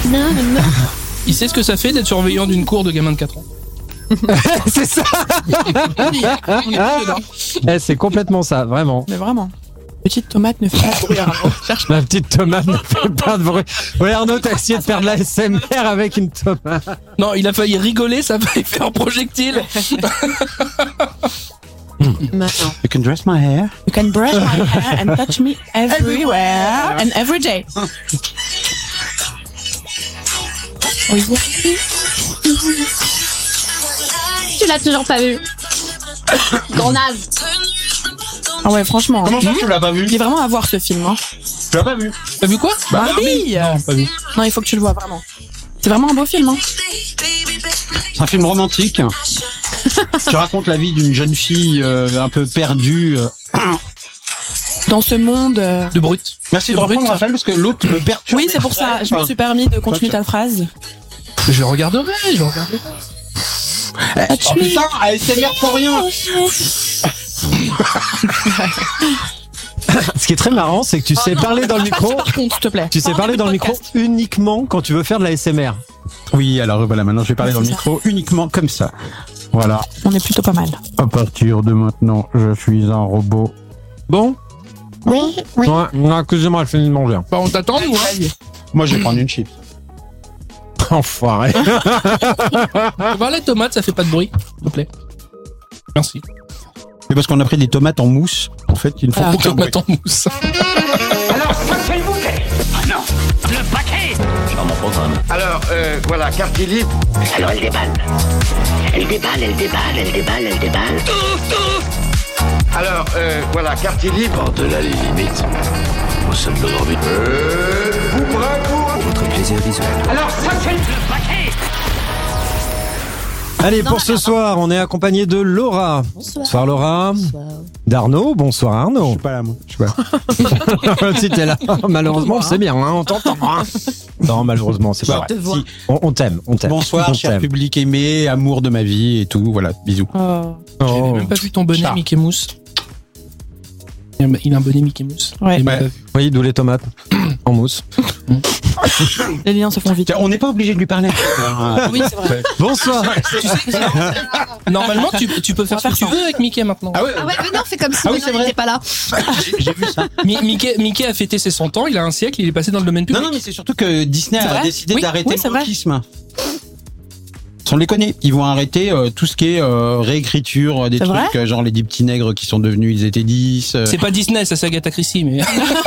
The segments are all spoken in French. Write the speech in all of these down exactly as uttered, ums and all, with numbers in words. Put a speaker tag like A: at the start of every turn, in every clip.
A: Non, non.
B: Il sait ce que ça fait d'être surveillant d'une cour de gamins de quatre ans.
C: C'est ça. Eh, c'est complètement ça, vraiment.
D: Mais vraiment. Petite tomate ne fait pas de bruit. Arnaud. Cherche
C: Ma petite tomate ne fait pas de bruit. Oui, Arnaud, t'as essayé de faire de la S M R avec une tomate.
B: Non, il a failli rigoler, ça a failli faire un projectile.
A: Maintenant.
E: You can dress my hair.
D: You can brush my hair and touch me everywhere and every day. Oui.
A: Tu l'as toujours pas vu. Grand naze.
D: Ah ouais, franchement.
E: Comment ça, tu l'as pas vu?
D: Il est vraiment à voir ce film. Hein.
E: Tu l'as pas vu?
B: T'as vu quoi?
D: Bah oui.
B: Non, pas vu.
D: Non, il faut que tu le vois vraiment. C'est vraiment un beau film. Hein.
E: C'est un film romantique. Tu racontes la vie d'une jeune fille euh, un peu perdue. Euh...
D: Dans ce monde. Euh...
B: De brut.
E: Merci de reprendre, Raphaël, parce que l'autre me perturbe.
D: Oui, c'est pour ça. Je me suis permis de continuer ta phrase.
B: Je le regarderai, je le regarderai.
E: Oh putain, A S M R pour rien.
C: Ce qui est très marrant, c'est que tu sais
D: Oh non,
C: parler dans le micro.
D: Par contre, s'il te plaît.
C: Tu sais parler dans le micro uniquement quand tu veux faire de la S M R.
E: Oui, alors voilà, maintenant je vais parler
D: Ouais,
E: dans le
D: c'est
E: micro uniquement comme ça. Voilà.
D: On est plutôt pas mal.
E: À partir de maintenant, je suis un robot.
C: Bon.
A: Oui, oui.
C: Ouais, non, excusez-moi, elle finit de manger.
B: Bah, on t'attend, nous, hein.
E: Moi, je vais prendre une chip.
C: Enfoiré.
B: Voir les tomates, ça fait pas de bruit, s'il te plaît. Merci.
E: C'est parce qu'on a pris des tomates en mousse. En fait, ils ne font
D: Ah,
E: aucun bruit.
B: Tomates en mousse.
F: Alors, ça c'est le bouquet. Ah non, le paquet.
G: Dans mon programme.
F: Alors, euh, voilà, quartier libre.
G: Alors elle déballe. Elle déballe, elle déballe, elle déballe, elle déballe.
F: Alors, euh, voilà, quartier libre.
G: Par-delà les limites, au sol de l'orbite.
F: Euh, vous bravo.
G: Pour votre plaisir visuel.
F: Alors, ça c'est le paquet.
C: Allez,
A: Non,
C: pour ce
A: attends.
C: soir, on est accompagné de Laura.
A: Bonsoir.
C: Bonsoir Laura.
A: Bonsoir.
C: D'Arnaud. Bonsoir
E: Je
C: Arnaud.
E: suis pas là, moi. Je suis pas là.
C: Si t'es là, malheureusement, c'est bien, hein, on t'entend. hein. Non, malheureusement, c'est pas
E: Bah,
C: vrai.
A: te vois.
C: Si, on, on t'aime, on t'aime.
E: Bonsoir,
C: on
E: cher
C: t'aime.
E: public aimé, amour de ma vie et tout. Voilà, bisous.
D: Oh.
B: J'avais
C: Oh.
B: même pas vu ton bonnet,
E: Chat.
B: Mickey Mousse. Il a un- Il a un bonnet Mickey Mousse.
D: Ouais.
B: J'ai même
E: Ouais.
B: pas vu.
C: Oui, d'où les tomates en mousse.
D: Les liens se font vite.
E: Tiens, on n'est pas obligé de lui parler. Ah,
D: Oui, c'est vrai.
C: Bonsoir.
B: Tu sais, normalement, tu, tu peux faire ce que tu veux avec Mickey maintenant.
E: ah ouais,
A: Ah ouais, mais non, fais comme si
E: Ah oui,
A: Benoît
E: c'est vrai.
A: n'était pas là.
E: j'ai- j'ai vu ça.
B: Mi- Mickey, Mickey a fêté ses cent ans, il a un siècle, il est passé dans le domaine public.
E: Non, non, mais c'est surtout que Disney
D: C'est
E: a
D: vrai
E: décidé
D: Oui,
E: d'arrêter
D: oui,
E: le
D: c'est vrai.
E: wokisme. Sans les connaît, ils vont arrêter euh, tout ce qui est euh, réécriture, euh, des
D: C'est
E: trucs
D: vrai
E: euh, genre les dix petits nègres qui sont devenus, ils étaient dix. euh.
B: C'est pas Disney, ça c'est Agatha Christie, mais.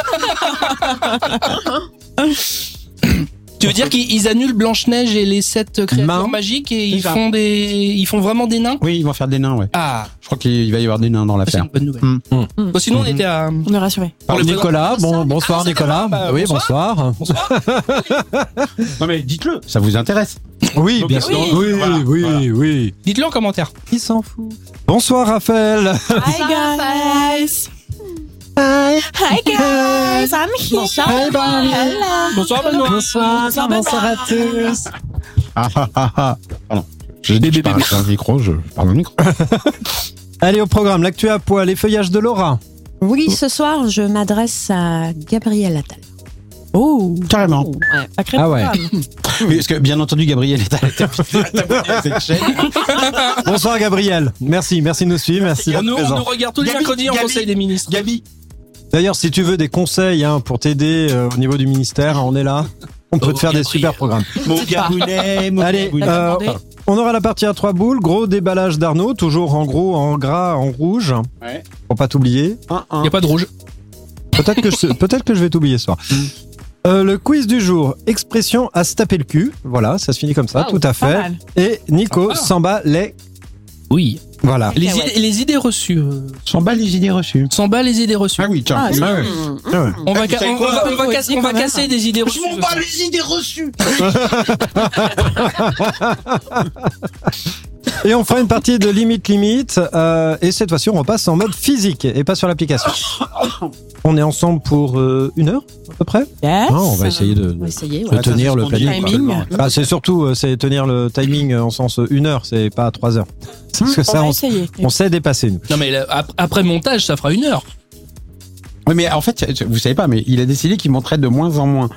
B: Tu veux dire qu'ils ils annulent Blanche-Neige et les sept créatures
C: Main.
B: magiques et ils
E: ça.
B: font des, ils font vraiment des nains?
E: Oui, ils vont faire des nains, ouais.
B: Ah,
E: Je crois qu'il va y avoir des nains dans
B: c'est
E: l'affaire.
B: une bonne nouvelle.
E: Mm.
C: Mm.
B: Bon, sinon on était à.
D: On est rassurés.
B: Pour le
C: Nicolas, bon,
B: Ah,
C: bonsoir
B: c'est
C: Nicolas.
B: d'accord. Bah,
C: oui,
B: bonsoir.
C: bonsoir.
E: Non mais dites-le, ça vous intéresse.
C: Oui,
E: Donc,
C: bien
E: oui,
C: sûr. Oui,
E: voilà,
C: oui,
E: voilà.
C: oui.
B: Dites-le en commentaire.
C: Il s'en fout. Bonsoir Raphaël.
D: Hi guys. Hi. Hi guys. I'm here.
C: Hey, bye.
D: Hello.
B: Bonsoir Benoît.
C: Bonsoir,
D: Bonsoir,
C: bonsoir à tous.
E: Ah ah ah ah. Pardon. J'ai dit que je parlais dans le micro, je parle dans le micro.
C: Allez, au programme, l'actu à poil, les feuillages de Laura.
A: Oui, ce soir, je m'adresse à Gabriel Attal.
D: Oh.
E: Carrément.
A: Ouais.
D: Sacré
C: Ah ouais.
D: programme.
E: Oui, parce que bien entendu, Gabriel est à la tête de cette chaîne.
C: Bonsoir Gabriel. Merci, merci de nous suivre, merci d'être
B: On nous, on
C: présent.
B: nous regarde tous les
E: Gabi,
B: mercredis en
E: Gabi.
B: Conseil des ministres.
E: Gabi.
C: D'ailleurs, si tu veux des conseils hein, pour t'aider euh, au niveau du ministère, on est là. On peut
B: Oh,
C: te faire des
B: Gabriel.
C: super programmes.
E: Mon Gabounet, mon
C: Allez,
E: Gabounet.
C: euh,
D: demandé.
C: on aura la partie à trois boules, gros déballage d'Arnaud, toujours en gros, en gras, en rouge,
E: Ouais.
C: pour pas t'oublier.
E: Un,
B: Il
E: un.
B: n'y a pas de rouge.
C: Peut-être que, je, peut-être que je vais t'oublier ce soir. Euh, le quiz du jour, expression à se taper le cul. Voilà, ça se finit comme ça,
B: Ah,
C: tout à
D: Pas
C: fait.
D: mal.
C: Et Nico
B: Sympa.
C: s'en bat les...
B: Oui.
C: Voilà.
B: Les,
D: ouais.
B: idées, les idées reçues. euh,
E: S'en bat les idées reçues.
B: S'en bat les idées reçues.
E: Ah oui, tiens.
D: Ah,
E: Ah ouais.
C: Ah ouais.
B: On va,
E: Eh,
B: ca-
E: vous savez
B: on
E: quoi
B: va, on va
D: Faut
B: casser,
D: dire
B: on va
D: quand même.
B: casser des idées reçues.
E: Je m'en bats les idées reçues.
C: Et on fera une partie de limite limite. euh, et cette fois-ci, on repasse en mode physique et pas sur l'application. On est ensemble pour euh, une heure à peu près.
D: Yes.
C: Non, on va essayer de,
A: On va essayer.
C: de
A: Ouais.
C: tenir le
E: ça se
C: planning.
E: conduit,
D: Timing.
E: quoi.
C: Ah, c'est surtout euh, c'est tenir le timing euh, en sens euh, une heure, c'est pas trois heures. Parce que
D: On
C: ça,
D: va
C: on,
D: essayer.
C: on sait dépasser nous.
B: Non mais là, ap- après montage, ça fera une heure.
E: Oui, mais en fait, vous savez pas, mais il a décidé qu'il monterait de moins en moins.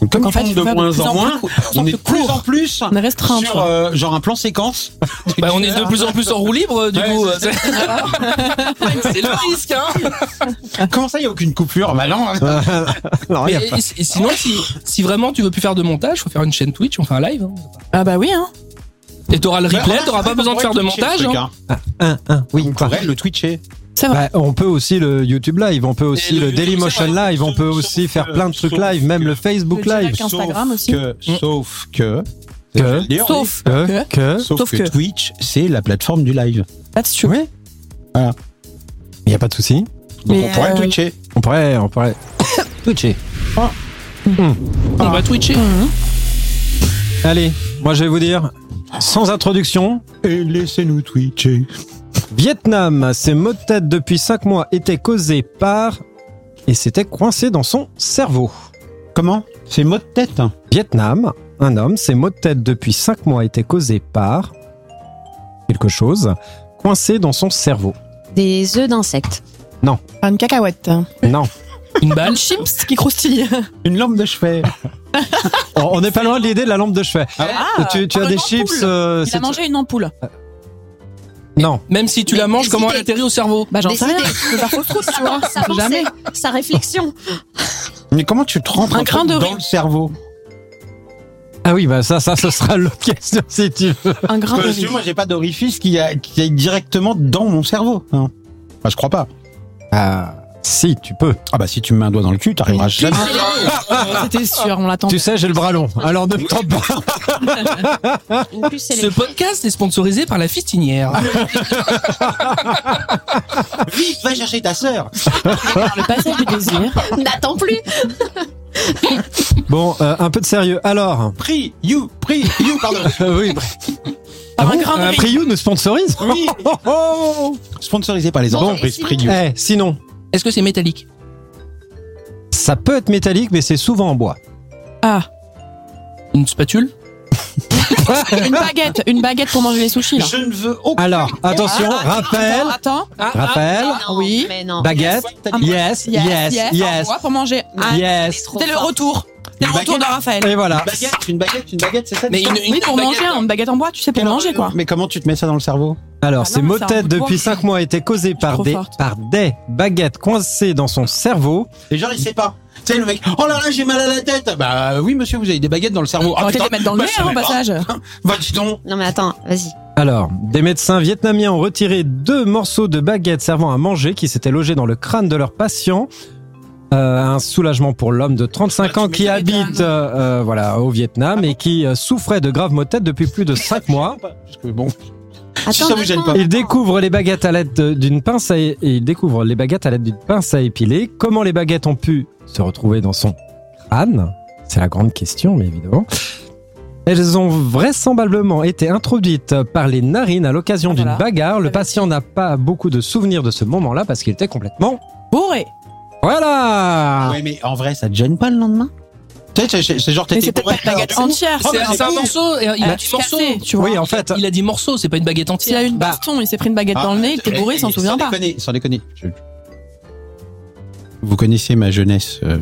E: Donc, comme
D: Donc, en
E: ils
D: fait,
E: font
D: il
E: de
D: faut faire de
E: moins
D: plus
E: en
D: en
E: moins,
D: plus-
E: on est
D: plus
E: de plus
D: court.
E: en plus
D: On est restreint. tu
E: sur
D: vois.
E: euh, genre un plan séquence.
B: Bah, on est de plus en plus en roue libre, du
E: Ouais,
B: coup.
E: c'est
B: C'est c'est le risque, hein.
E: Comment ça, il n'y a aucune coupure? Bah non.
C: non, y a
B: Mais-
C: pas.
B: et, et sinon, si, si vraiment tu veux plus faire de montage, faut faire une chaîne Twitch, on fait un live. Hein.
D: Ah bah oui, hein.
B: Et t'auras le replay,
E: Ouais,
B: t'auras
E: on
B: pas besoin de faire de
E: pourrait twitcher
B: montage.
E: le truc,
B: Hein.
E: hein.
C: Un, un, oui,
E: On
C: quoi.
E: pourrait le twitcher.
D: C'est vrai.
C: Bah, on peut aussi le YouTube Live, on peut aussi
E: Et
C: le,
E: le YouTube,
C: Dailymotion
E: c'est vrai.
C: Live, on peut
E: Sauf
C: aussi
E: que-
C: faire plein de trucs
E: sauf
C: live, même
E: que-
C: le Facebook
D: Le
C: Live.
D: direct Instagram
E: Sauf
D: aussi.
E: Que, sauf que.
C: Que-
E: Je vais le dire,
D: Sauf
C: Que,
D: que.
C: que,
E: oui. Sauf,
D: sauf
E: que,
D: que-
E: Twitch, c'est la plateforme du live.
D: That's true.
C: oui.
E: Voilà.
C: Il n'y a pas de souci.
E: Donc
D: Mais,
E: on pourrait
D: euh,
E: le twitcher.
C: On pourrait, on pourrait twitcher.
B: On va twitcher.
D: Mhm.
C: Allez, moi je vais vous dire, sans introduction,
E: Et laissez-nous twitcher.
C: Vietnam, ses maux de tête depuis cinq mois étaient causés par... Et c'était coincé dans son cerveau.
E: Comment? C'est mot de tête.
C: Vietnam, un homme, ses maux de tête depuis cinq mois étaient causés par... quelque chose coincé dans son cerveau.
A: Des œufs d'insectes.
D: Pas une cacahuète.
C: Non,
B: Une balle.
D: Une chips qui croustille.
E: Une lampe de chevet.
C: on on n'est pas loin de l'idée de la lampe de chevet.
D: Ah,
C: tu tu as
D: par
C: des
D: une
C: chips...
D: ampoule.
C: euh,
D: Il
C: c'est-
D: a mangé une ampoule.
C: Non,
B: Même si tu la manges,
A: des
B: comment elle
A: idées.
B: atterrit au cerveau?
D: Bah j'en
A: Des
D: sais rien.
A: idées.
D: Je peux faire fausse route, tu vois.
A: Sa
D: On sait jamais.
A: pensée, sa réflexion.
E: Mais comment tu te rentres
D: Un
E: un
D: grain
E: truc
D: de
E: dans
D: riz.
E: le cerveau?
C: ah oui, bah ça, ça, ce sera l'autre question si tu veux.
D: Un grain de
E: Parce que
D: riz.
E: moi, j'ai pas d'orifice qui, a- qui aille directement dans mon cerveau. hein. Enfin, je crois pas.
C: Ah, si, tu peux.
E: Ah bah si tu me mets un doigt dans le cul, t'arriveras jamais.
D: C'était sûr, on l'attend.
C: Tu sais, j'ai le bras long, alors ne me tente pas.
A: Une puce
B: Ce
A: électrique.
B: podcast est sponsorisé par la fistinière.
E: Vite, va chercher ta sœur.
D: Le passage du désir.
A: N'attends plus.
C: Bon, euh, un peu de sérieux. Alors,
E: Prix, you, prix, you, pardon.
C: euh, oui,
D: Par
C: ah
D: un
C: bon,
D: grain de
C: un
D: riz.
C: Priou nous sponsorise.
E: Oui.
C: Oh, oh.
E: Sponsorisé par les
A: Bon,
E: entreprises
A: et
E: Prix
A: sinon-
E: you.
C: Eh, sinon,
B: Est-ce que c'est métallique?
C: ça peut être métallique, mais c'est souvent en bois.
D: Ah,
B: Une spatule?
D: une baguette. Une baguette pour manger les sushis, là.
E: Je ne veux aucun.
C: Alors, attention, rappel,
D: Attends.
C: rappel,
A: Non,
D: oui.
A: Mais non.
C: baguette, yes, yes,
D: En
C: yes,
D: bois pour manger. Ah,
C: yes.
A: trop
D: C'était le
A: fort.
D: retour. C'était le
E: Une
D: retour de
E: baguette.
D: Raphaël.
C: Et voilà.
E: Une baguette, une baguette, une baguette, c'est ça?
B: Mais
E: tu
B: une,
E: sais
B: une
D: Oui, pour
B: baguette,
D: manger,
B: hein.
D: une baguette en bois, tu sais, pour manger, quoi.
E: Mais comment tu te mets ça dans le cerveau?
C: Alors,
D: Ah
C: ces
D: non,
C: maux
D: c'est
C: de
D: un
C: tête
D: bout de
C: depuis
D: bois.
C: cinq mois étaient causés par
D: trop
C: des,
D: forte.
C: par des baguettes coincées dans son cerveau.
E: Et genre, il sait pas. Tu sais, le mec, oh là là, j'ai mal à la tête. Bah oui, monsieur, vous avez des baguettes dans le cerveau.
D: Arrêtez de
E: putain,
D: les mettre dans le
E: bah,
D: nez,
E: je
D: hein, au
E: savais pas.
D: passage.
E: Bah dis donc.
A: Non mais attends, vas-y.
C: Alors, des médecins vietnamiens ont retiré deux morceaux de baguettes servant à manger qui s'étaient logés dans le crâne de leur patient. Euh, un soulagement pour l'homme de trente-cinq
E: Ah, tu
C: ans qui
E: m'étonnes.
C: habite euh, euh, voilà, au Vietnam et qui euh, souffrait de graves maux de tête depuis plus de cinq mois.
E: Parce que bon.
A: Attends,
E: Si ça vous gêne
A: attends.
E: pas.
C: Il découvre les baguettes à l'aide de- d'une pince à, et il découvre les baguettes à l'aide d'une pince à épiler. Comment les baguettes ont pu se retrouver dans son crâne? C'est la grande question, mais évidemment. Elles ont vraisemblablement été introduites par les narines à l'occasion
D: Ah,
C: d'une
D: voilà.
C: bagarre. Le
D: Avec-
C: patient n'a pas beaucoup de souvenirs de ce moment-là parce qu'il était complètement...
D: Bourré.
C: Voilà.
E: Ouais, mais en vrai, ça te gêne pas le lendemain? Tu sais, c'est- c'est genre
D: Mais
E: t'étais
D: c'est peut-être
E: bourré.
D: pas une baguette
E: alors,
D: entière.
E: Oh,
B: C'est
E: bah,
B: c'est un
E: oui.
B: morceau, et il
D: Elle
B: a
D: a
B: dit
D: tout
B: morceau.
D: cassé, tu vois.
C: Oui, en fait...
B: Il a dit morceau, c'est pas une baguette
D: S'il
B: entière.
D: a eu une
C: Bah.
D: baston, il s'est pris une baguette
E: Ah,
D: dans le nez, il était bourré, il s'en
E: eh,
D: souvient
E: sans
D: pas.
E: déconner, sans déconner. Je- Vous connaissez ma jeunesse. euh.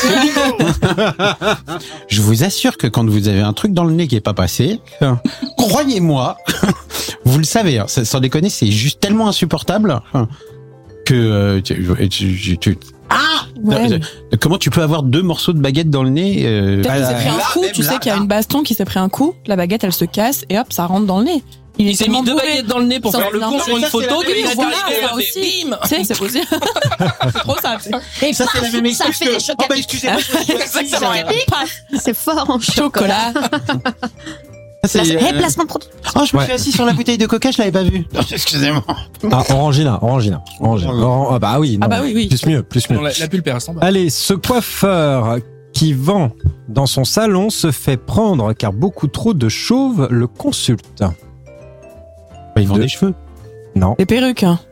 E: Je vous assure que quand vous avez un truc dans le nez qui est pas passé, euh, croyez-moi, vous le savez, hein, sans déconner, c'est juste tellement insupportable hein, que euh, tu, tu- tu- tu-
D: Ouais,
E: Euh,
D: mais
E: comment tu peux avoir deux morceaux de baguette dans le nez euh,
D: peut-être qu'il s'est
E: là,
D: pris un
E: là,
D: coup,
E: même
D: tu
E: là,
D: sais qu'il y a
E: là.
D: une baston qui s'est pris un coup, la baguette elle se casse et hop, ça rentre dans le nez.
B: Il
D: est
B: s'est mis
D: tellement
B: deux
D: bourré.
B: baguettes dans le nez pour
D: Ça
B: faire le
D: revient
B: con
D: pas.
B: sur une
E: Ça, c'est
B: photo.
E: la même
B: il a
D: voilà,
B: fait
D: ça
B: bim.
D: aussi. Tu sais, c'est possible. C'est trop ça. tu sais.
A: Et
E: Ça, c'est la
A: paf,
E: même
A: ça
E: excuse
A: fait
E: que-
A: des chocs
E: Oh,
A: à
E: bah,
A: pic.
E: excusez-moi, je me suis assis,
A: Exactement.
E: euh,
A: C'est fort en chocolat.
D: Chocolat.
E: c'est,
A: Place-
E: euh,
A: Eh, placement de produit.
E: Oh, je me
C: Ouais.
E: suis assis sur la bouteille de coca, je l'avais pas vu. Excusez-moi.
C: Ah, Orangina, Orangina. Orangina. Oran- ah bah oui.
D: Ah
C: non,
D: bah oui, oui.
C: Plus mieux, plus mieux.
B: Non, La la pulpe elle reste en bas.
C: Allez, ce coiffeur qui vend dans son salon se fait prendre car beaucoup trop de chauves le consultent.
E: Ils vendent
C: De-
E: des cheveux.
C: Non.
D: Des perruques. hein.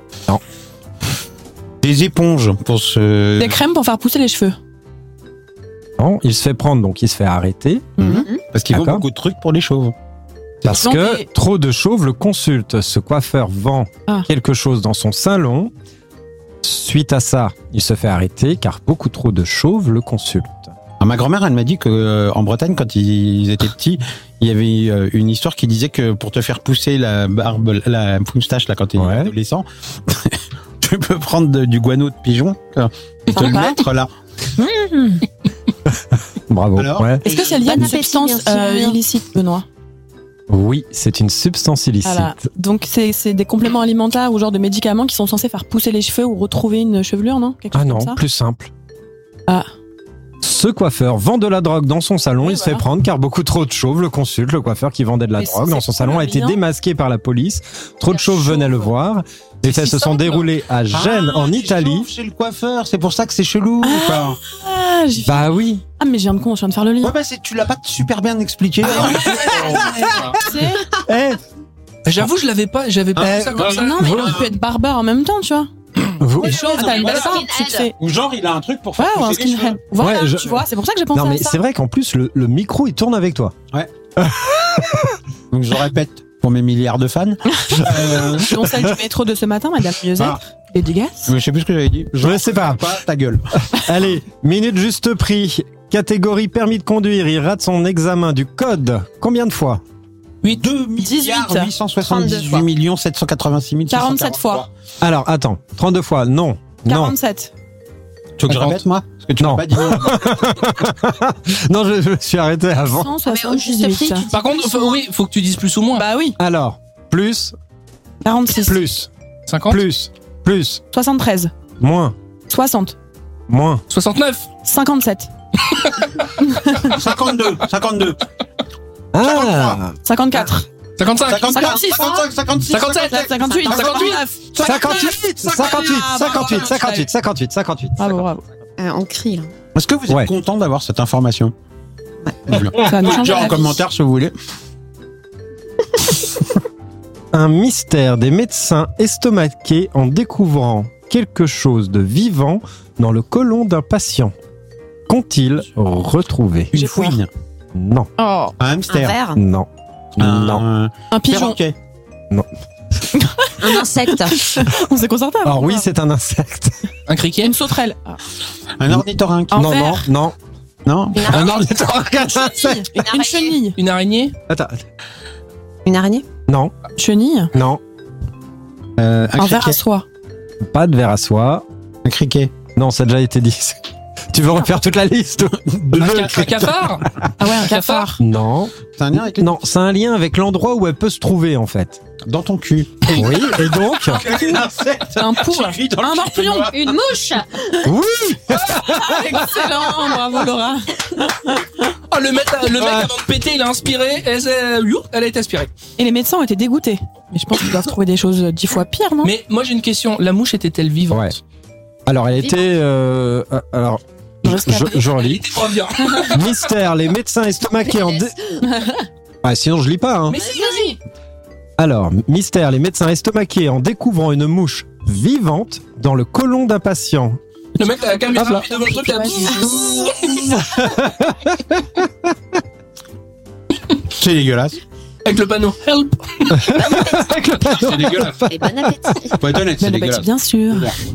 E: Des éponges pour se.
D: Des crèmes pour faire pousser les cheveux.
C: Non, il se fait prendre, donc il se fait arrêter.
E: Parce qu'ils vendent
C: D'accord.
E: beaucoup de trucs pour les chauves.
C: Parce
D: Non,
C: que
D: mais-
C: trop de chauves le consultent. Ce coiffeur vend
D: Ah.
C: quelque chose dans son salon. Suite à ça, il se fait arrêter car beaucoup trop de chauves le consultent.
E: Ah, ma grand-mère, elle m'a dit que euh, en Bretagne, quand ils étaient petits, il y avait euh, une histoire qui disait que pour te faire pousser la barbe, la moustache là quand t'es
C: Ouais.
E: adolescent, tu peux prendre de- du guano de pigeon euh, et te le
D: Sympa.
E: mettre là.
C: Bravo.
E: Alors
C: Ouais.
D: Est-ce que c'est lié à
A: Bon
D: une
A: appétit,
D: substance
A: bien sûr.
D: euh, illicite, Benoît?
C: Oui, c'est une substance illicite.
D: Voilà. Donc c'est c'est des compléments alimentaires ou genre de médicaments qui sont censés faire pousser les cheveux ou retrouver une chevelure, non? Quelque chose
C: Ah non,
D: comme ça.
C: plus simple.
D: Ah.
C: Ce coiffeur vend de la drogue dans son salon.
D: Oui,
C: il se
D: voilà.
C: fait prendre car beaucoup trop de chauves le consultent. Le coiffeur qui vendait de la
D: Mais
C: drogue
D: c'est
C: dans son
D: quoi
C: salon
D: le
C: a été
D: lien
C: démasqué par la police. Trop de
B: La
C: chauves venaient le
B: chauve.
C: voir. Les
B: C'est
C: faits
B: si
C: se sont
B: simple.
C: déroulés à Gênes,
E: Ah,
C: en
E: tu
C: Italie.
E: chauffes chez le coiffeur, c'est pour ça que c'est chelou. quoi.
D: Ah, j'ai-
C: Bah oui.
D: ah, mais je viens de con, je viens de faire le lien.
E: Ouais, bah, c'est, tu l'as pas super bien expliqué.
D: C'est-
C: Eh,
B: J'avoue, je l'avais pas, j'avais pas
C: Eh,
B: vu ça comme ça.
D: Non, mais il aurait pu être barbare en même temps, tu vois.
C: vous-
D: Les chauves, t'as une belle
E: voilà.
D: barbe, tu te fais.
E: Ou genre, il a un truc pour faire
D: Ouais, ou un
E: pousser les
D: skinhead.
E: cheveux.
D: Voilà,
C: Ouais, je-
D: tu vois, c'est pour ça que j'ai pensé
C: Non mais
D: à ça.
C: c'est vrai qu'en plus le, le micro il tourne avec toi.
E: Donc je répète pour mes milliards de fans. euh,
D: Ton celle du métro de ce matin, Madame Mieuxet,
E: Ah.
D: les dégasses.
E: je sais plus ce que j'avais dit.
C: Je ne sais pas.
E: Pas ta gueule.
C: Allez, minute juste prix. Catégorie permis de conduire. Il rate son examen du code. Combien de fois?
E: deux milliards
D: dix-huit.
E: huit cent soixante-dix-huit
A: fois.
E: millions sept cent quatre-vingt-six mille
D: quarante-sept fois.
C: Alors attends, trente-deux fois. Non. Non.
D: quarante-sept.
E: Tu veux que je
B: cinquante.
E: répète moi Parce que tu
C: Non.
E: m'as pas dit non.
C: Non, je, je me suis arrêté avant.
D: cent soixante-dix-huit.
B: Par contre, enfin, oui, faut que tu dises plus ou moins.
D: Bah oui.
C: Alors, plus,
D: quarante-six.
C: plus,
B: cinquante,
C: plus, plus,
D: soixante-treize.
C: moins,
D: soixante.
C: moins.
B: soixante-neuf,
D: cinquante-sept.
E: cinquante-deux. cinquante-deux.
C: Ah,
D: cinquante-quatre.
B: cinquante-cinq,
E: cinquante-quatre.
D: cinquante-six.
E: cinquante-cinq. cinquante-six.
B: cinquante-sept,
D: cinquante-huit.
B: cinquante-neuf,
C: cinquante-huit, cinquantahuit, cinquantahuit, cinquantahuit, cinquantahuit, cinquantahuit.
D: Bravo, bravo.
A: Euh, on crie là.
E: Est-ce que vous êtes
C: Ouais.
E: content d'avoir cette information Voilà.
D: Ça va nous changer
E: Genre
D: la
E: en
D: vie.
E: commentaire si vous voulez.
C: Un mystère des médecins estomaqués en découvrant quelque chose de vivant dans le côlon d'un patient. Qu'ont-ils retrouvé?
E: Une
D: J'ai peur.
E: fouine.
C: Non,
D: Oh,
E: Un
A: Un
E: hamster.
A: verre,
C: non, non.
E: Un
D: un pigeon.
E: perroquet.
A: un insecte,
D: On s'est concerté.
C: Alors oui, c'est un insecte.
B: un criquet,
D: Une sauterelle. Ah.
E: Un ornithorynque.
D: Un
C: Non, non,
D: ver.
C: non.
E: Non.
C: Un ornithorynque, un insecte.
A: une
D: Une
A: araignée,
D: chenille.
B: une araignée,
C: Attends,
A: une araignée,
C: non,
D: Chenille.
C: non,
E: Euh, un
D: Un ver à
E: criquet.
D: soie.
C: pas de verre à soie.
E: Un criquet.
C: Non, ça a déjà été dit. Tu veux refaire toute la liste?
B: un, ca- un cafard,
D: Ah ouais, un
B: cafard.
D: cafard.
C: Non,
E: C'est un lien avec
C: non, c'est un lien avec l'endroit où elle peut se trouver en fait.
E: dans ton cul.
C: Oui, et donc
E: Un insecte.
D: Un pou.
E: J'ai dans le
D: Un
E: cul,
D: morpion.
E: Benoît.
A: une mouche,
C: oui.
D: Excellent. Bravo, Laura.
B: Oh, le mec, le mec avant de péter, il a inspiré, elle, s'est- youp, elle a été aspirée.
D: Et les médecins ont été dégoûtés. Mais je pense qu'ils doivent trouver des choses dix fois pires, non?
B: Mais moi j'ai une question, la mouche était-elle vivante?
C: Ouais. Alors elle était, euh, euh, alors je, je, je
B: Elle
C: relis.
B: était pas bien.
C: Mystère, les médecins estomaqués en dé... Ouais, sinon je lis pas. Hein.
B: Mais si, vas-y.
C: Alors, mystère, les médecins estomaqués en découvrant une mouche vivante dans le côlon d'un patient.
B: Le mec, la
C: Hop là.
B: caméra, devant le truc, il a...
E: C'est dégueulasse.
B: Avec le panneau Help.
E: C'est dégueulasse.
A: et bon appétit.
E: Faut être honnête, c'est
D: Bon appétit,
E: dégueulasse.
D: bien sûr.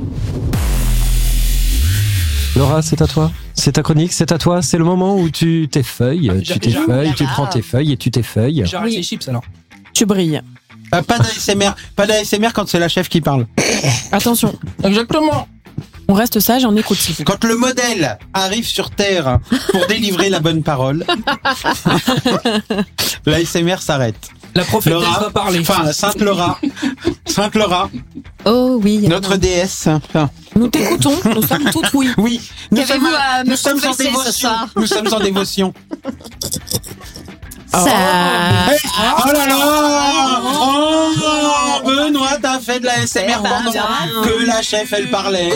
C: Laura, c'est à toi. C'est ta chronique, c'est à toi. C'est le moment où tu t'effeuilles,
B: Ah,
C: tu
B: j'ai-
C: t'effeuilles,
A: j'ai-
C: tu prends tes feuilles et tu t'effeuilles.
B: J'arrête les chips alors.
D: Tu brilles.
E: Euh, pas d'A S M R. Pas d'A S M R quand c'est la chef qui parle.
D: Attention,
B: Exactement.
D: on reste sage et on écoute.
E: Quand le modèle arrive sur Terre pour délivrer la bonne parole, l'A S M R s'arrête.
B: La prophétesse
E: Laura,
B: va parler.
E: enfin, Sainte Laura, Sainte Laura,
A: Oh oui.
E: notre déesse. Enfin,
D: Nous t'écoutons, nous sommes toutes oui.
E: oui, nous
A: Qu'avez-vous
E: sommes,
A: à me
E: nous sommes en
A: confesser ce
E: dévotion.
A: soir
E: Nous sommes en dévotion.
A: Ça.
E: Oh là là! Oh, Benoît, t'as fait de la S M R pendant que la chef elle parlait.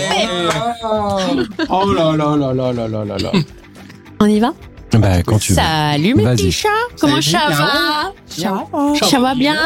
E: Oh là là là là là là là là.
A: On y va?
C: Bah, quand tu veux.
A: Salut mes
C: Vas-y.
A: petits chats, comment
E: Salut,
A: ça
E: Caro.
A: va? Ça va bien?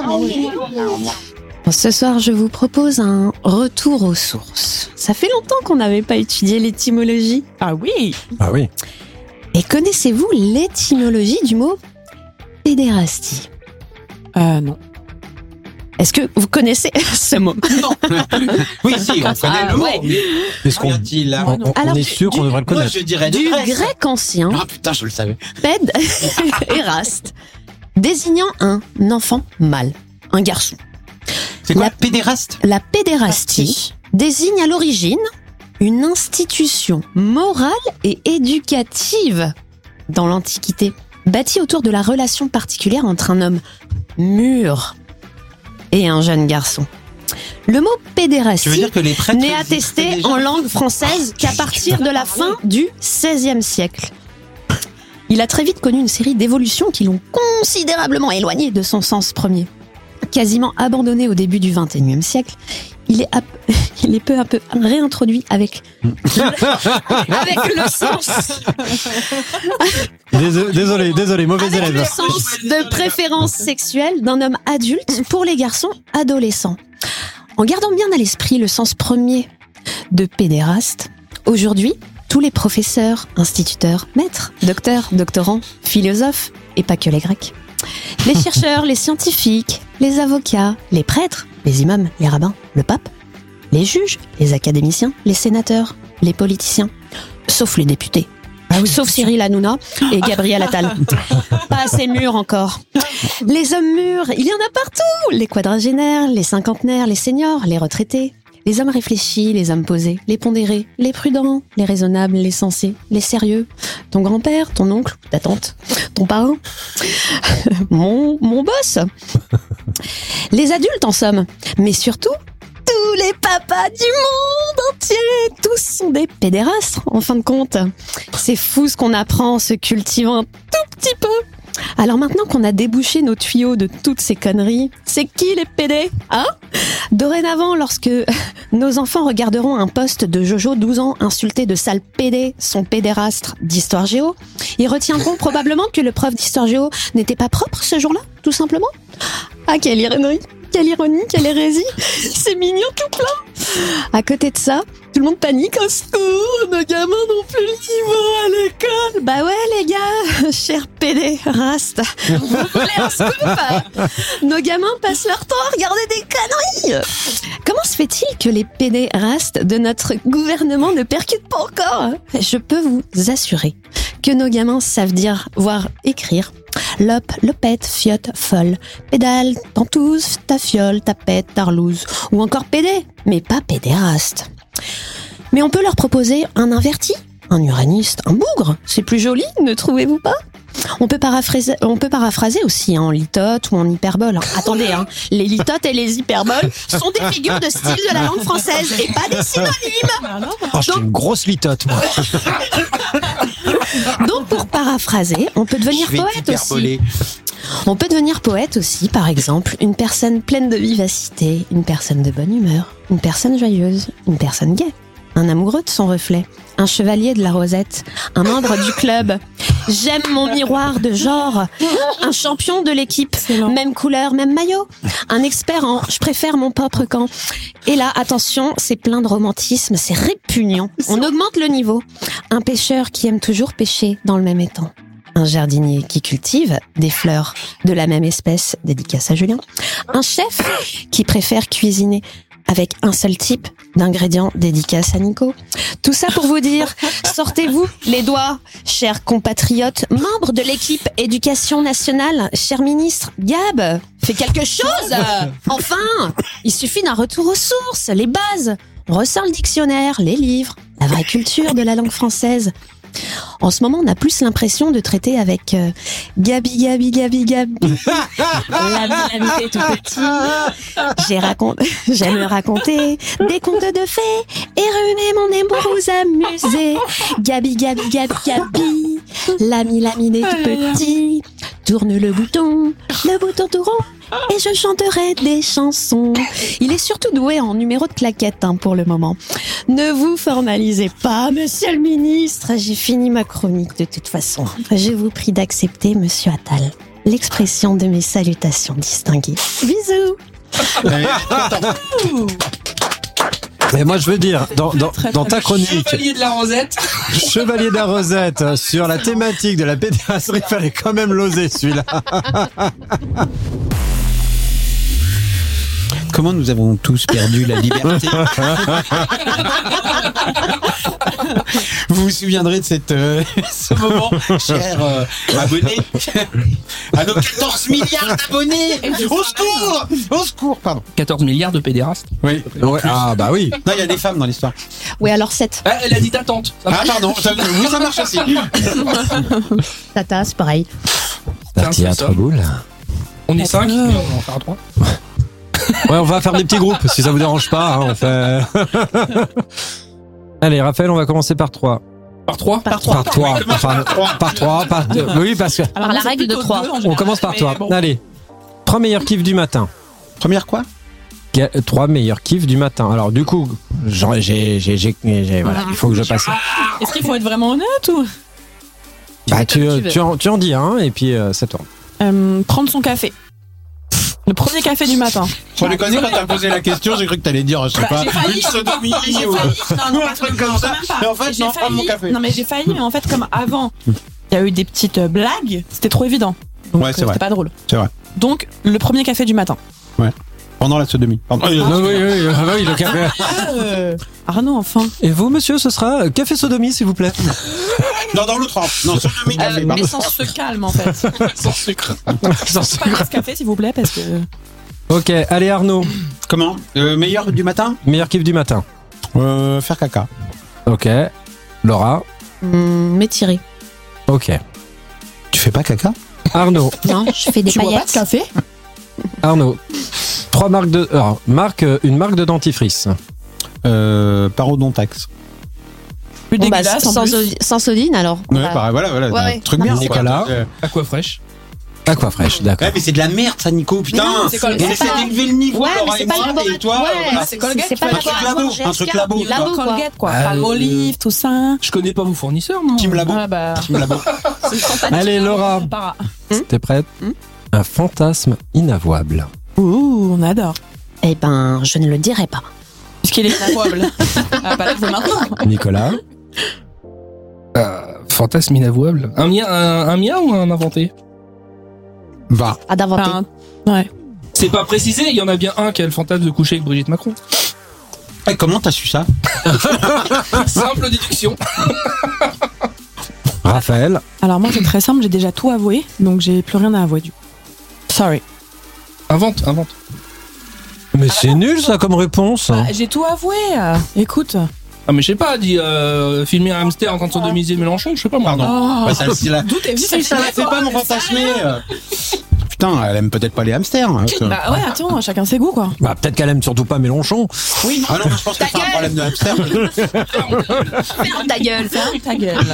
A: Bon, ce soir, je vous propose un retour aux sources. Ça fait longtemps qu'on n'avait pas étudié l'étymologie.
D: Ah oui.
C: Ah oui.
A: Et connaissez-vous l'étymologie du mot pédérastie?
D: Euh, non.
A: Est-ce que vous connaissez ce mot?
E: Oui, si, on connaît
A: Ah,
E: le mot.
A: ouais.
C: Est-ce qu'on
E: Vient-t-il là
C: on, on- on
A: Alors,
C: est
A: du-
C: sûr qu'on
A: du-
C: devrait le
E: Moi,
C: connaître?
E: je dirais de
A: Du
E: Grèce.
A: grec ancien,
E: Ah putain, je le savais.
A: pède éraste, désignant un enfant mâle, un garçon.
E: C'est quoi,
A: La-
E: pédéraste?
A: La pédérastie désigne à l'origine une institution morale et éducative dans l'Antiquité, bâtie autour de la relation particulière entre un homme mûr et un jeune garçon. Le mot
E: Tu veux
A: pédérastie
E: dire que les prêtres...
A: n'est
E: existaient
A: attesté
E: déjà
A: en langue française qu'à partir de la fin du seizième siècle. Il a très vite connu une série d'évolutions qui l'ont considérablement éloigné de son sens premier. Quasiment abandonné au début du vingt et unième siècle, il est, ap- il est peu à peu réintroduit avec, avec le sens,
C: Désolé, désolé, désolé, mauvais
A: avec
C: élève.
A: le sens de préférence sexuelle d'un homme adulte pour les garçons adolescents. En gardant bien à l'esprit le sens premier de pédéraste, aujourd'hui, tous les professeurs, instituteurs, maîtres, docteurs, doctorants, philosophes, et pas que les grecs, les chercheurs, les scientifiques, les avocats, les prêtres, les imams, les rabbins, le pape, les juges, les académiciens, les sénateurs, les politiciens, sauf les députés. Sauf Cyril Hanouna et Gabriel Attal. Pas assez mûrs encore. Les hommes mûrs, il y en a partout. Les quadragénaires, les cinquantenaires, les seniors, les retraités. Les hommes réfléchis, les hommes posés, les pondérés, les prudents, les raisonnables, les sensés, les sérieux. Ton grand-père, ton oncle, ta tante, ton parrain, mon, mon boss. Les adultes en somme, mais surtout tous les papas du monde entier. Tous sont des pédérastes en fin de compte. C'est fou ce qu'on apprend en se cultivant un tout petit peu. Alors maintenant qu'on a débouché nos tuyaux de toutes ces conneries, c'est qui les pédés, hein? Dorénavant, lorsque nos enfants regarderont un post de Jojo, douze ans, insulté de sale pédé, son pédérastre d'histoire géo, ils retiendront probablement que le prof d'histoire géo n'était pas propre ce jour-là, tout simplement. Ah, quelle ironie, quelle ironie, quelle hérésie. C'est mignon tout plein. À côté de ça, tout le monde panique. Au secours, nos gamins n'ont plus le niveau à l'école. Bah ouais, les gars, chers pédérastes, vous voulez un scoop? Nos gamins passent leur temps à regarder des conneries. Comment se fait-il que les pédérastes de notre gouvernement ne percutent pas encore? Je peux vous assurer que nos gamins savent dire, voire écrire Lop, lopette, fiotte, folle, pédale, tantouze, ta fiole, tapette, tarlouse, ou encore pédé, mais pas pédéraste. Mais on peut leur proposer un inverti, un uraniste, un bougre, c'est plus joli, ne trouvez-vous pas? On peut paraphraser, on peut paraphraser aussi hein, en litote ou en hyperbole. Hein. Attendez, hein, les litotes et les hyperboles sont des figures de style de la langue française et pas des synonymes.
C: Oh, je suis une grosse litote, moi.
A: Donc pour paraphraser, on peut devenir
E: Je vais
A: poète aussi.
E: t'hyperboler.
A: On peut devenir poète aussi, par exemple, une personne pleine de vivacité, une personne de bonne humeur, une personne joyeuse, une personne gaie, un amoureux de son reflet, un chevalier de la rosette, un membre du club, j'aime mon miroir de genre, un champion de l'équipe, même couleur, même maillot, un expert en je préfère mon propre camp. Et là, attention, c'est plein de romantisme, c'est répugnant. On augmente le niveau. Un pêcheur qui aime toujours pêcher dans le même étang. Un jardinier qui cultive des fleurs de la même espèce, dédicace à Julien. Un chef qui préfère cuisiner avec un seul type d'ingrédients, dédicace à Nico. Tout ça pour vous dire, sortez-vous les doigts, chers compatriotes, membres de l'équipe éducation nationale, cher ministre, Gab, fais quelque chose. Enfin, il suffit d'un retour aux sources, les bases. On ressort le dictionnaire, les livres, la vraie culture de la langue française. En ce moment, on a plus l'impression de traiter avec euh, Gabi, Gabi, Gabi, Gabi. L'ami, l'ami des tout petits. J'ai raconté, j'aime raconter des contes de fées et ruiner mon nez pour vous amuser. Gabi, Gabi, Gabi, Gabi. L'ami, l'ami des tout petits. Tourne le bouton, le bouton tout rond. Et je chanterai des chansons. Il est surtout doué en numéro de claquette hein, pour le moment. Ne vous formalisez pas, monsieur le ministre. J'ai fini ma chronique de toute façon. Je vous prie d'accepter, monsieur Attal, l'expression de mes salutations distinguées. Bisous.
C: Et moi, je veux dire, dans, dans, dans ta chronique,
B: Chevalier de la Rosette.
C: Chevalier de la Rosette, sur la thématique de la pédérasserie, il fallait quand même l'oser, celui-là.
E: Comment nous avons tous perdu la liberté. Vous vous souviendrez de cette, euh, ce moment, chers euh, abonnés, à nos quatorze milliards d'abonnés. Au secours, au secours, pardon.
B: quatorze milliards de pédérastes.
E: Oui.
C: Ouais, ah bah oui.
E: Non, il y a des femmes dans l'histoire.
A: Oui, alors sept.
B: Ah, elle a dit ta tante. Ça
E: Ah
B: marche.
E: pardon, ça, oui, ça marche aussi.
A: Tata, c'est pareil.
C: Un théâtre boule.
B: On est cinq, mais on va en faire trois.
C: Ouais, on va faire des petits groupes, si ça vous dérange pas. Hein, on fait... Allez, Raphaël, on va commencer par trois.
B: Par trois.
A: Par trois.
C: Par trois. Enfin, par trois. Par deux. Oui, parce que
D: Alors,
A: la
D: moi, c'est
A: règle de
D: plutôt
A: trois.
D: deux, en
C: on
D: général,
C: commence par
D: mais
C: toi.
D: bon.
C: Allez. Trois meilleurs kiffs du matin.
E: Première quoi?
C: Ga- Trois meilleurs kiffs du matin. Alors, du coup, genre, j'ai, j'ai, j'ai, j'ai- voilà, il faut que je passe.
D: Est-ce qu'il faut être vraiment honnête ou
C: Bah, tu,
A: Comme tu veux.
C: tu, en, tu en dis un, et puis euh, c'est toi.
D: Euh, prendre son café. Le premier café du matin.
E: Sans déconner, quand t'as posé la question, j'ai cru que t'allais dire, je sais
D: Bah,
E: pas,
D: j'ai failli.
E: une sodomie
D: Non, mais j'ai
E: ou
D: failli. Non, non,
E: ou un
D: parce
E: truc
D: que-
E: comme ça.
D: même pas.
E: Mais en fait,
D: J'ai
E: non, prends mon
D: failli.
E: café.
D: Non, mais j'ai failli, mais en fait, comme avant, il y a eu des petites euh, blagues, c'était trop évident. Donc,
E: Ouais, c'est
D: euh,
E: vrai.
D: c'était pas drôle.
E: C'est vrai.
D: Donc, le premier café du matin.
E: Pendant la sodomie. Pardon.
C: Non, oui, oui, oui, ah bah oui, le café.
D: Euh, Arnaud, enfin.
C: Et vous, monsieur, ce sera euh, café sodomie, s'il vous plaît.
E: Non, dans l'autre. Non, sodomie, café,
D: Euh,
E: pardon.
D: mais sans se calme, en fait.
B: Sans sucre.
C: Sans
D: Pas
C: sucre.
D: de café, s'il vous plaît, parce que.
C: Ok, allez, Arnaud.
E: Comment? Euh, meilleur du matin?
C: Meilleur kiff du matin.
E: Euh, faire caca.
C: Ok. Laura.
A: Hum, M'étirer.
C: Ok.
E: Tu fais pas caca?
C: Arnaud.
A: Non, je fais des
D: Tu bois pas de
A: paillettes.
D: café
C: Arnaud. Trois marques de. Alors, marque, euh, une marque de dentifrice.
E: Euh, parodontax.
D: Plus
A: Bon, bah,
D: dégueulasse, en
A: sans,
D: plus.
A: sodi- sans sodine alors.
E: Ouais,
A: Bah,
E: pareil, voilà, voilà.
A: Ouais,
E: un
A: ouais.
E: truc bien.
C: Nicolas.
E: quoi. Euh,
B: Aqua fraîche.
C: Aqua fraîche, d'accord.
E: Ouais, mais c'est de la merde, ça, Nico, putain!
A: Non,
D: c'est quoi,
E: On
D: c'est
E: essaie
A: pas-
E: d'élever le niveau,
A: Ouais, mais
E: Laura
A: c'est
E: et
A: pas
E: moi,
A: laboratoire.
E: et toi,
A: Ouais,
E: voilà.
D: c'est Colgate,
A: c'est
D: tu
A: pas
D: fais
E: un truc
A: laboratoire,
E: labo,
A: G
E: un
A: S K.
E: truc labo,
A: Du
E: quoi.
A: labo, quoi.
D: Colgate, quoi.
B: Ah,
D: Palmolive, tout ça.
B: Je connais pas vos fournisseurs, non.
E: Team Labo.
D: Ah, bah.
E: Team Labo.
C: Allez, Laura.
D: Para.
C: T'es prête? Un fantasme inavouable.
D: Ouh, on adore.
A: Eh ben, je ne le dirai pas.
D: Puisqu'il est inavouable. Ah, pas là, c'est maintenant.
C: Nicolas.
B: Euh, fantasme inavouable. Un mien, un, un mien ou un inventé?
E: Va.
A: À d'inventer.
D: Enfin, ouais.
B: C'est pas précisé, il y en a bien un qui a le fantasme de coucher avec Brigitte Macron.
E: Eh, comment t'as su ça?
B: Simple déduction.
C: Raphaël.
D: Alors, moi, c'est très simple, j'ai déjà tout avoué, donc j'ai plus rien à avouer, du coup. Sorry.
B: Invente, invente.
C: Mais c'est nul, ça, comme réponse.
D: Bah, j'ai tout avoué. euh, Écoute.
B: Ah mais je sais pas, dit euh, filmer un hamster en train de sodomiser Mélenchon, je sais pas moi.
E: Pardon.
D: Oh.
E: Bah, ça, c'est la-
D: D'où t'es venu
E: Si, ça, c'est pas mon fantasmé. euh. Putain, elle aime peut-être pas les hamsters. hein, ça.
D: Bah ouais, attends, chacun ses goûts, quoi.
C: Bah, peut-être qu'elle aime surtout pas Mélenchon.
D: Oui,
E: Ah non, je pense que c'est un problème de hamster.
A: Ferme ta gueule.
D: ferme ta gueule.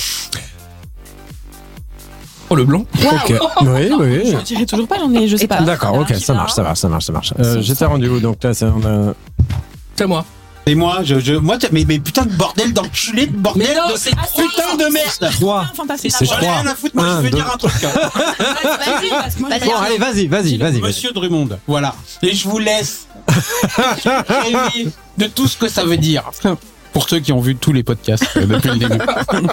B: Oh le blanc.
C: Ok. Oui, oui.
D: Je dirais toujours pas, j'en ai, je sais pas.
C: D'accord, ok, ça marche, ça marche, ça marche, ça marche. Euh,
D: C'est
C: J'étais
D: ça.
C: rendu où donc là, c'est on a-
B: C'est à moi.
E: Et moi, je, je, moi, t'as- mais, mais putain de bordel d'enculé, de bordel
B: Mais non,
E: de
B: c'est
E: putain de merde.
C: trois.
D: Fantastique.
C: C'est
E: J'en ai
C: trois.
E: rien à foutre, moi,
C: Un,
E: je vais
C: deux.
E: dire un truc. hein.
D: Vas-y, parce que moi,
A: Vas-y.
D: j'ai-
C: Bon, allez, vas-y, vas-y, vas-y. vas-y.
E: Monsieur Drummond, voilà. Et je vous laisse rêver de tout ce que ça veut dire. Pour ceux qui ont vu tous les podcasts euh, depuis le début.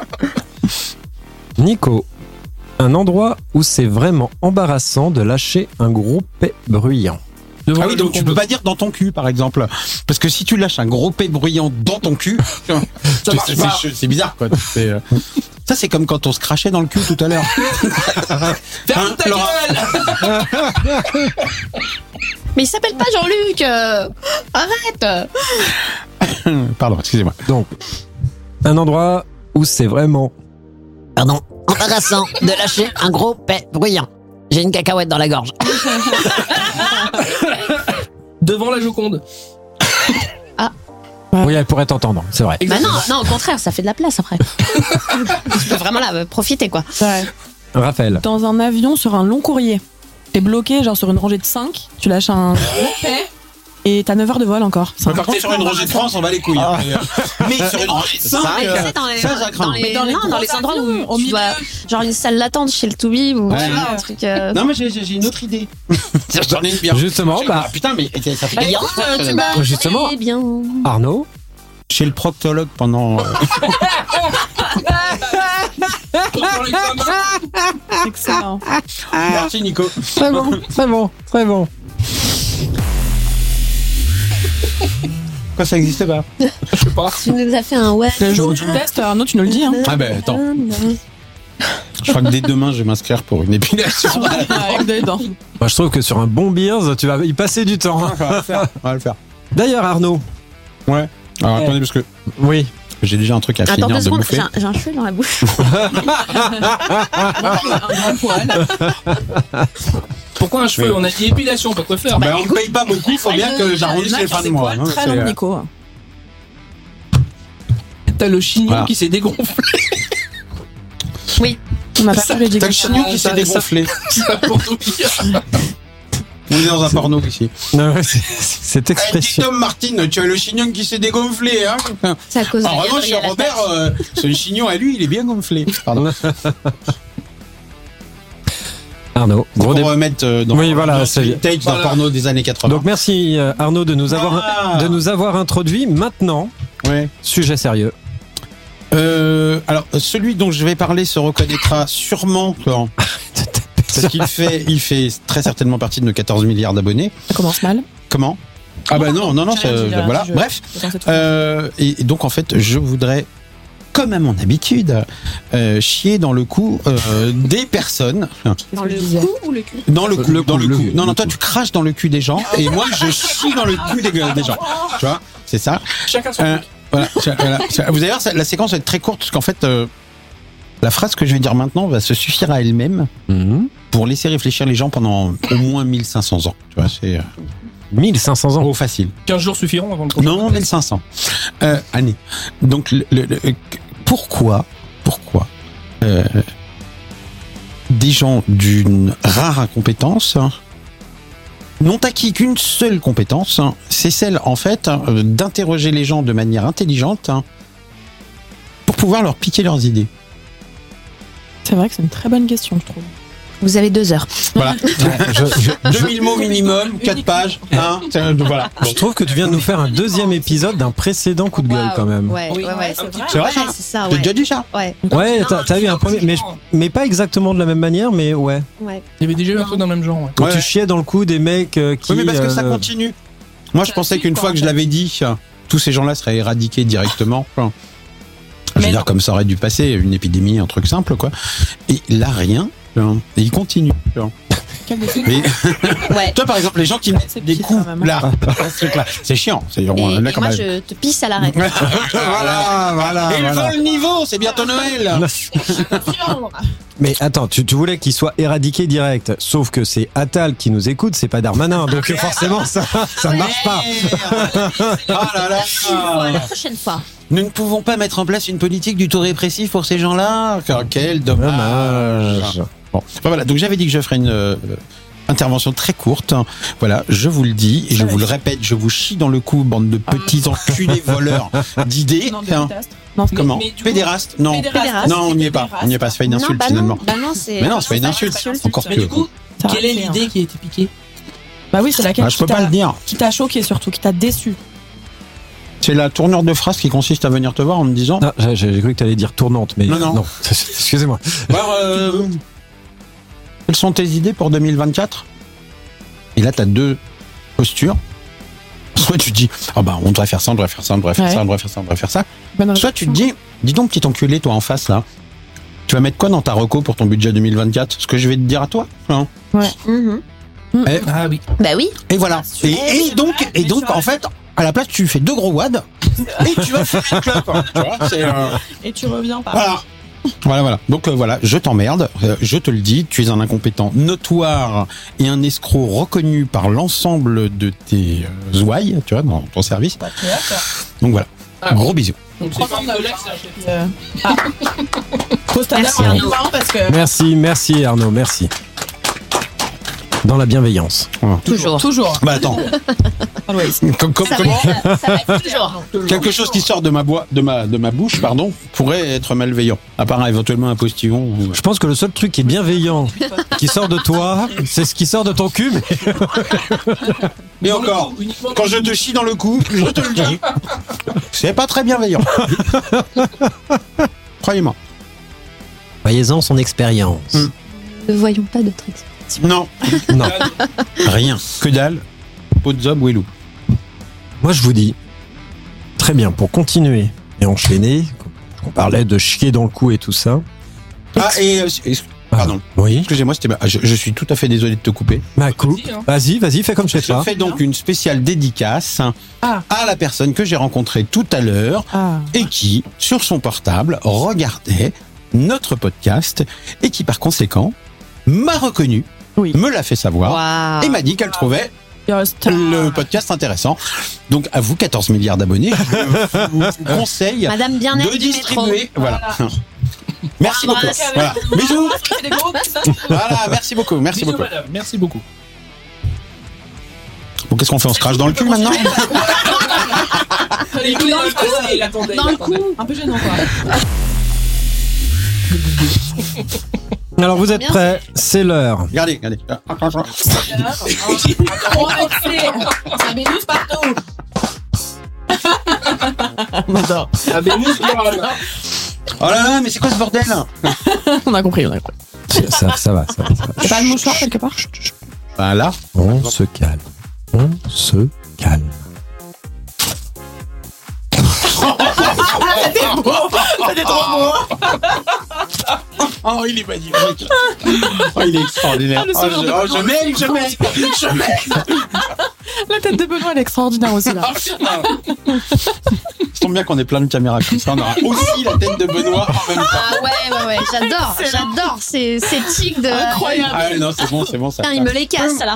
C: Nico, un endroit où c'est vraiment embarrassant de lâcher un gros pet bruyant.
B: Devant
E: Ah oui,
B: le
E: donc tu
B: compte.
E: peux pas dire dans ton cul, par exemple. Parce que si tu lâches un gros pet bruyant dans ton cul,
B: Ça
E: c'est-
B: marche
E: c'est
B: pas.
E: c'est- c'est bizarre, quoi. C'est, euh, Ça, c'est comme quand on se crachait dans le cul tout à l'heure.
B: Ferme
E: Hein,
B: ta
E: Laura
B: gueule.
A: Mais il s'appelle pas Jean-Luc. euh. Arrête.
E: Pardon, excusez-moi.
C: Donc, un endroit où c'est vraiment
H: Pardon, embarrassant de lâcher un gros pet bruyant. J'ai une cacahuète dans la gorge.
B: Devant la Joconde.
C: Oui, elle pourrait t'entendre, c'est vrai.
A: Bah non, non, au contraire, ça fait de la place après. Tu peux vraiment là euh, profiter quoi.
D: Ouais.
C: Raphaël.
D: Dans un avion sur un long courrier. T'es bloqué, genre sur une rangée de cinq, tu lâches un gros pet et t'as neuf heures de vol encore. C'est
E: On
D: un
E: va partir
D: gros
E: sur une rangée de France, on va les couilles. hein. Mais sur une rangée de cinq,
A: Mais tu
E: euh,
A: sais, dans les,
E: ça, ça craint.
A: dans les,
D: Mais dans les
A: non, dans
D: gros
A: les endroits où
D: avions, au
A: tu
D: milieu.
A: dois, genre une salle d'attente chez le Toubib ou
E: Ouais.
A: tu vois, un truc. euh,
E: Non, mais j'ai j'ai- j'ai une autre idée. J'en ai une bien.
C: Justement, bah,
E: Ah, putain, mais ça fait
A: bah,
E: bien.
A: écoute, euh, tu vas-
C: Justement.
A: Eh bien.
C: Arnaud.
E: Chez le proctologue pendant. euh,
B: Pendant l'examen.
D: excellent.
E: Merci Nico.
C: Très bon, très bon, très bon.
E: Quoi, ça n'existe pas?
B: Je sais pas.
A: Tu nous as fait un ouais.
D: Le jour où tu le testes, Arnaud, tu nous le dis. Hein.
E: Ah ben attends. Je crois que dès demain, je vais m'inscrire pour une épilation.
D: Avec des dents.
C: Moi, je trouve que sur un bon beers, tu vas y passer du temps.
E: On va le faire. On va le faire.
C: D'ailleurs, Arnaud.
E: Ouais. Alors attendez, parce que
C: Oui.
E: j'ai déjà un truc à
A: Attends
E: finir
A: deux
E: de
A: secondes,
E: bouffer.
A: j'ai un, j'ai un cheveu dans la bouche.
D: Un poil.
B: Pourquoi un cheveu? On a dit épilation, pas quoi faire.
E: Ben, on ne paye pas beaucoup, il faut bien que j'arrondisse les fins de mois. hein,
D: Très
E: c'est,
D: long,
E: euh,
D: Nico.
B: T'as le chignon
E: Voilà.
B: qui s'est dégonflé.
A: Oui.
D: On m'a pas fait les
E: T'as le chignon qui
B: Ça-
E: s'est
B: ça-
E: dégonflé.
B: Ça pour tout dire.
E: On est dans un porno ici.
C: Non, ouais, c'est- Cette
E: Eh, dis
C: expression.
E: Tom Martin, tu as le chignon qui s'est dégonflé, hein.
A: C'est à cause de
E: En revanche, chez
A: Gabriel
E: Robert,
A: Attal.
E: euh, ce chignon à lui, il est bien gonflé. Pardon.
C: Arnaud. Gros
E: Pour
C: dé-
E: remettre euh, dans,
C: Oui, voilà,
E: dans
C: c'est-
E: Street Tapes d'un
B: voilà.
E: porno des années quatre-vingts.
C: Donc merci euh, Arnaud de nous avoir
E: Ah.
C: de nous avoir introduit. Maintenant,
E: ouais.
C: sujet sérieux.
E: Euh, alors, celui dont je vais parler se reconnaîtra sûrement quand, parce qu'il fait, il fait très certainement partie de nos quatorze milliards d'abonnés.
D: Ça commence mal.
E: Comment? Ah bah non, non, non, ça,
D: Challenge, il a-
E: voilà.
D: je-
E: Bref,
D: Attends, c'est tout.
E: euh, et, et donc en fait, je voudrais, comme à mon habitude, euh, chier dans le cou euh, des personnes.
A: Dans
D: que
A: le
D: je disais.
A: cou ou le cul?
E: Dans le cou,
C: Le
E: dans
C: cou,
E: le
C: le
E: cou.
C: cul.
E: Non, non, toi tu craches dans le cul des gens et moi je chie dans le cul des, des gens. Tu vois, c'est ça.
B: Chacun son
E: Euh,
B: truc.
E: voilà, ça- voilà. Ça- Vous allez voir, ça- la séquence va être très courte parce qu'en fait, euh, la phrase que je vais dire maintenant va se suffire à elle-même
C: Mhm.
E: pour laisser réfléchir les gens pendant au moins mille cinq cents ans. Tu vois, c'est euh,
C: mille cinq cents ans.
E: trop facile.
B: quinze jours suffiront avant le prochain.
E: Non, mille cinq cents euh, années. Donc, le, le- le- pourquoi, pourquoi euh, des gens d'une rare incompétence hein, n'ont acquis qu'une seule compétence, hein, c'est celle, en fait, hein, euh, d'interroger les gens de manière intelligente hein, pour pouvoir leur piquer leurs idées.
D: C'est vrai que c'est une très bonne question, je trouve.
A: Vous avez deux heures.
E: Voilà.
C: Je, je-
E: deux mille mots minimum, quatre pages. Hein, c'est- voilà.
C: je trouve que tu viens de nous faire un deuxième épisode d'un précédent coup de gueule quand même.
A: Ouais,
B: Oui,
A: ouais, ouais.
B: c'est vrai.
E: C'est vrai, ça
A: Ouais, c'est ça,
E: J'ai
A: ouais.
E: déjà dit ça.
A: Ouais,
C: Ouais, t'as t'as eu un premier, mais, je- mais pas exactement de la même manière, mais ouais.
A: ouais.
B: Il y avait déjà eu un truc dans le même genre. Ouais.
C: Quand
E: Ouais.
C: tu chiais dans le cou des mecs euh, qui.
E: Oui, mais parce que ça
C: euh,
E: continue. Moi, je pensais qu'une fois que je l'avais dit, tous ces gens-là seraient éradiqués directement. Enfin, je veux
D: Mais
E: dire,
D: non.
E: comme ça aurait dû passer, une épidémie, un truc simple, quoi. Et là, rien. hein. Et il continue. hein.
D: Quel défi.
E: Mais,
A: Ouais.
E: toi, par exemple, les gens qui mettent
D: C'est
E: des
D: petit,
E: coups
D: quand même.
E: là, dans ce truc-là, c'est chiant. C'est, on,
A: Et,
E: là,
A: et
E: quand
A: moi,
E: même.
A: je te pisse à l'arrêt.
E: voilà, voilà. Et
C: voilà.
E: le niveau, c'est bientôt Noël.
C: Mais attends, tu, tu voulais qu'il soit éradiqué direct. Sauf que c'est Attal qui nous écoute, c'est pas Darmanin. Donc euh, forcément, ça, ça marche pas.
E: Oh là là.
A: La prochaine fois.
E: Nous ne pouvons pas mettre en place une politique du tout répressif pour ces gens-là. Oh, quel dommage.
C: Dommage.
E: Bon, enfin, voilà. Donc j'avais dit que je ferais une euh, intervention très courte. Voilà, je vous le dis et je vous le répète, je vous chie dans le cou, bande de petits enculés voleurs d'idées.
D: Non,
E: Hein.
D: déteste. Non, c'est
E: Comment
B: mais du coup-
E: Pédéraste Non.
A: Pédéraste.
E: Non, on n'y est pas. On n'y est pas. C'est pas une
A: Non,
E: insulte
A: bah
E: finalement.
A: non, bah non, c'est.
E: Mais non, c'est pas une insulte. Encore
B: Mais
E: que.
B: du coup,
D: ça
B: quelle est
D: va, c'est un-
B: l'idée qui a été piquée?
D: Bah oui, c'est laquelle
E: Ah, je
D: qui
E: peux pas
D: t'a-
E: le dire.
D: qui t'a choqué surtout, qui t'a déçu.
E: C'est la tournure de phrase qui consiste à venir te voir en me disant.
C: Ah, j'ai j'ai cru que t'allais dire tournante, mais
E: Non, non.
C: Excusez-moi.
E: Alors, euh, quelles sont tes idées pour deux mille vingt-quatre? Et là, t'as deux postures. Soit tu te dis, ah bah, on devrait faire ça, on devrait faire ça, on devrait faire
D: Ouais.
E: ça, on devrait faire ça, on devrait faire ça.
D: Bonne
E: Soit tu te dis, dis donc, petit enculé, toi en face là, tu vas mettre quoi dans ta reco pour ton budget deux mille vingt-quatre? Ce que je vais te dire à toi. Hein.
A: Mhm.
E: Eh,
B: Ah oui.
A: Bah oui.
E: et voilà. Et, et donc, et donc, en fait, à la place, tu fais deux gros wads et tu vas fumer une clope. hein. Tu vois, c'est. euh,
D: Et tu reviens pas.
E: Voilà. Voilà, voilà. Donc euh, voilà, je t'emmerde, euh, je te le dis, tu es un incompétent notoire et un escroc reconnu par l'ensemble de tes euh, ouailles, tu vois, dans ton service. Donc voilà,
B: Ah.
E: gros bisous.
B: Donc c'est pas un collègue, ça.
D: Euh, ah. Pose ta
A: Merci,
D: dame en
A: Arnaud.
D: arrivant parce que.
C: Merci, merci Arnaud, merci. Dans la bienveillance.
A: Toujours.
D: Toujours.
E: Bah attends,
D: Always.
E: comme, comme-
A: Ça
E: comment
A: va, ça va être toujours.
E: quelque chose qui sort de ma, boi- de ma, de ma bouche, pardon, pourrait être malveillant, à part éventuellement un postillon. ou-
C: Je pense que le seul truc qui est bienveillant, qui sort de toi, c'est ce qui sort de ton cul. Mais...
E: Et encore,
B: Uniquement
E: quand je te chie dans le cou, je te le dis, c'est pas très bienveillant. Croyez-moi.
C: Voyez-en son expérience.
E: Mm.
A: Ne voyons pas d'autres expressions.
E: Non,
C: Non.
E: rien. Que dalle. Pot de zob, Willou.
C: Moi, je vous dis, très bien, pour continuer et enchaîner, on parlait de chier dans le cou et tout ça.
E: Ah, et... euh, et- Pardon.
C: Ah, oui.
E: Excusez-moi, c'était... Je, je suis tout à fait désolé de te couper.
C: Ma coupe.
B: Vas-y, hein.
C: Vas-y, vas-y, fais comme chez
E: Je
C: toi.
E: fais donc une spéciale dédicace
D: Ah.
E: à la personne que j'ai rencontrée tout à l'heure
D: Ah.
E: et qui, sur son portable, regardait notre podcast et qui, par conséquent, m'a reconnu,
D: Oui.
E: me l'a fait savoir
A: Waouh.
E: et m'a dit qu'elle trouvait
D: You're a star.
E: le podcast intéressant. Donc, à vous, quatorze milliards d'abonnés, je vous conseille
A: Madame Bien-être
E: de
A: du métro.
E: distribuer. Voilà. Merci beaucoup.
A: Embrasse.
E: Voilà. Bisous.
D: Des gros
E: Voilà, merci beaucoup, merci
B: Bisous,
E: beaucoup.
B: madame. Merci beaucoup.
E: Bon, qu'est-ce qu'on fait? On se crache dans le cul maintenant?
B: Il voulait dans le cou. Il attendait.
A: Dans
B: il
A: le
B: attendait.
A: cou.
D: Un peu gênant, quoi.
C: Alors, vous êtes
A: Merci.
C: prêts? C'est l'heure.
E: Regardez, regardez.
D: On va excès. Ça bénousse partout. On adore.
B: Ah, ben, nous, voilà.
E: Oh là là, mais c'est quoi ce bordel?
D: On a compris, on a compris.
C: Ça, ça va, ça va, ça va.
D: T'as pas le mouchoir quelque part?
E: Voilà.
C: On se calme. On se calme.
D: C'était trop beau.
E: Oh, il est magnifique. Oh, il est extraordinaire.
D: Ah, le
E: Oh,
D: sourire
E: je,
D: de
E: oh, je m'aime, je m'aime, je m'aime.
D: La tête de Benoît, elle est extraordinaire aussi, là.
E: Ça tombe bien qu'on ait plein de caméras comme ça. On aura aussi la tête de Benoît en même temps.
A: Ah ouais, ouais, ouais, j'adore, j'adore ces, ces tics de...
D: Incroyable.
E: Ah non, c'est bon, c'est bon. Ça
A: Putain, il me les casse, là.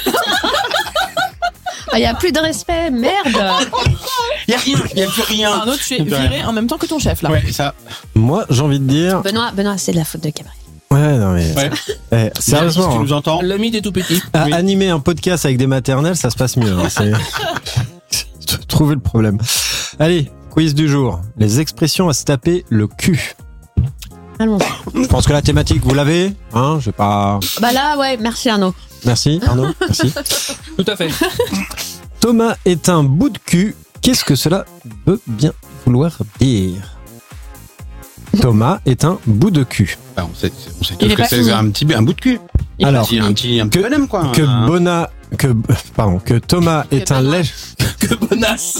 A: Il n'y a plus de respect, merde.
E: Il y a rien, il y a plus rien.
D: Arnaud, tu es viré en même temps que ton chef, là.
E: Ouais, ça.
C: Moi, j'ai envie de dire.
A: Benoît, Benoît, c'est de la faute de Gabriel.
C: Ouais, non, mais.
E: Ouais.
C: Eh, sérieusement,
E: Si tu
C: hein,
E: nous entends.
B: L'ami des tout petits.
C: à
E: Oui.
C: animer un podcast avec des maternelles, ça se passe mieux. Hein, c'est... Trouver le problème. Allez, quiz du jour. Les expressions à se taper le cul.
A: Allons.
C: Je pense que la thématique, vous l'avez. Hein, je vais pas.
A: Bah là, ouais, merci Arnaud.
C: Merci, Arnaud. Merci.
B: Tout à fait.
C: Thomas est un bout de cul. Qu'est-ce que cela veut bien vouloir dire? Thomas est un bout de cul.
E: Bah, on sait, on sait
D: Il
E: tous
D: est
E: que
D: pas
E: c'est
D: fini.
E: un petit, un bout de cul.
D: Il est
C: Alors,
E: Un petit, un petit, un petit bonhomme, quoi.
C: Que
E: Un-
C: Bona, que pardon, que Thomas est un lèche,
B: Que bonasse.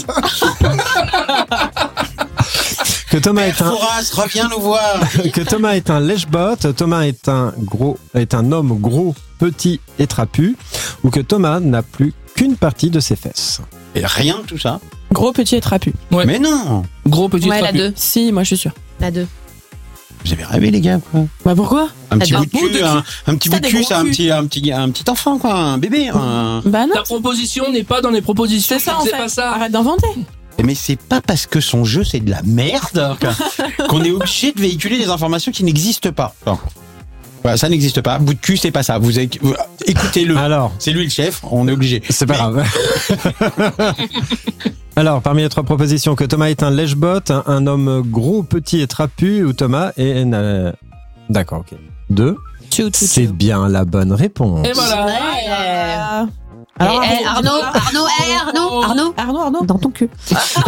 C: que Thomas est un,
E: Foras, reviens nous voir.
C: que Thomas est un lèche-bot. Thomas est un gros, est un homme gros, petit et trapu, ou que Thomas n'a plus qu'une partie de ses fesses.
E: Et rien de tout ça.
D: Gros, petit et trapu.
B: Ouais.
E: Mais non.
B: Gros petit
A: Ouais, la
B: trapu.
A: deux.
D: Si, moi, je suis sûre.
A: La deux.
E: Vous avez rêvé, les gars, quoi.
D: Bah pourquoi?
E: Un petit
A: Un
E: bout de
D: bout
E: cul,
D: de cul.
E: un, un petit
D: Ça,
E: bout de
D: des
E: cul,
D: gros
E: c'est un
D: culs.
E: petit, un petit, un petit enfant, quoi, un bébé. Un...
D: Bah non.
B: Ta proposition n'est pas dans les propositions.
D: C'est ça, en
B: C'est
D: fait.
B: pas ça.
D: Arrête d'inventer.
E: Mais c'est pas parce que son jeu c'est de la merde qu'on est obligé de véhiculer des informations qui n'existent pas. Non. Voilà, ça n'existe pas. Bout de cul, c'est pas ça. Vous avez- vous- écoutez-le.
C: Alors,
E: C'est lui le chef. On est obligé.
C: c'est pas
E: Mais-
C: grave. Alors, parmi les trois propositions, que Thomas est un lèche-bot, un, un homme gros, petit et trapu, ou Thomas est un, euh, d'accord, ok. Deux.
D: Tchou, tchou,
C: C'est
D: tchou.
C: bien la bonne réponse.
B: Et voilà.
A: Ouais.
D: Alors,
A: Eh, eh, Arnaud, Arnaud, eh, Arnaud, Arnaud,
D: Arnaud, Arnaud.
A: dans ton cul.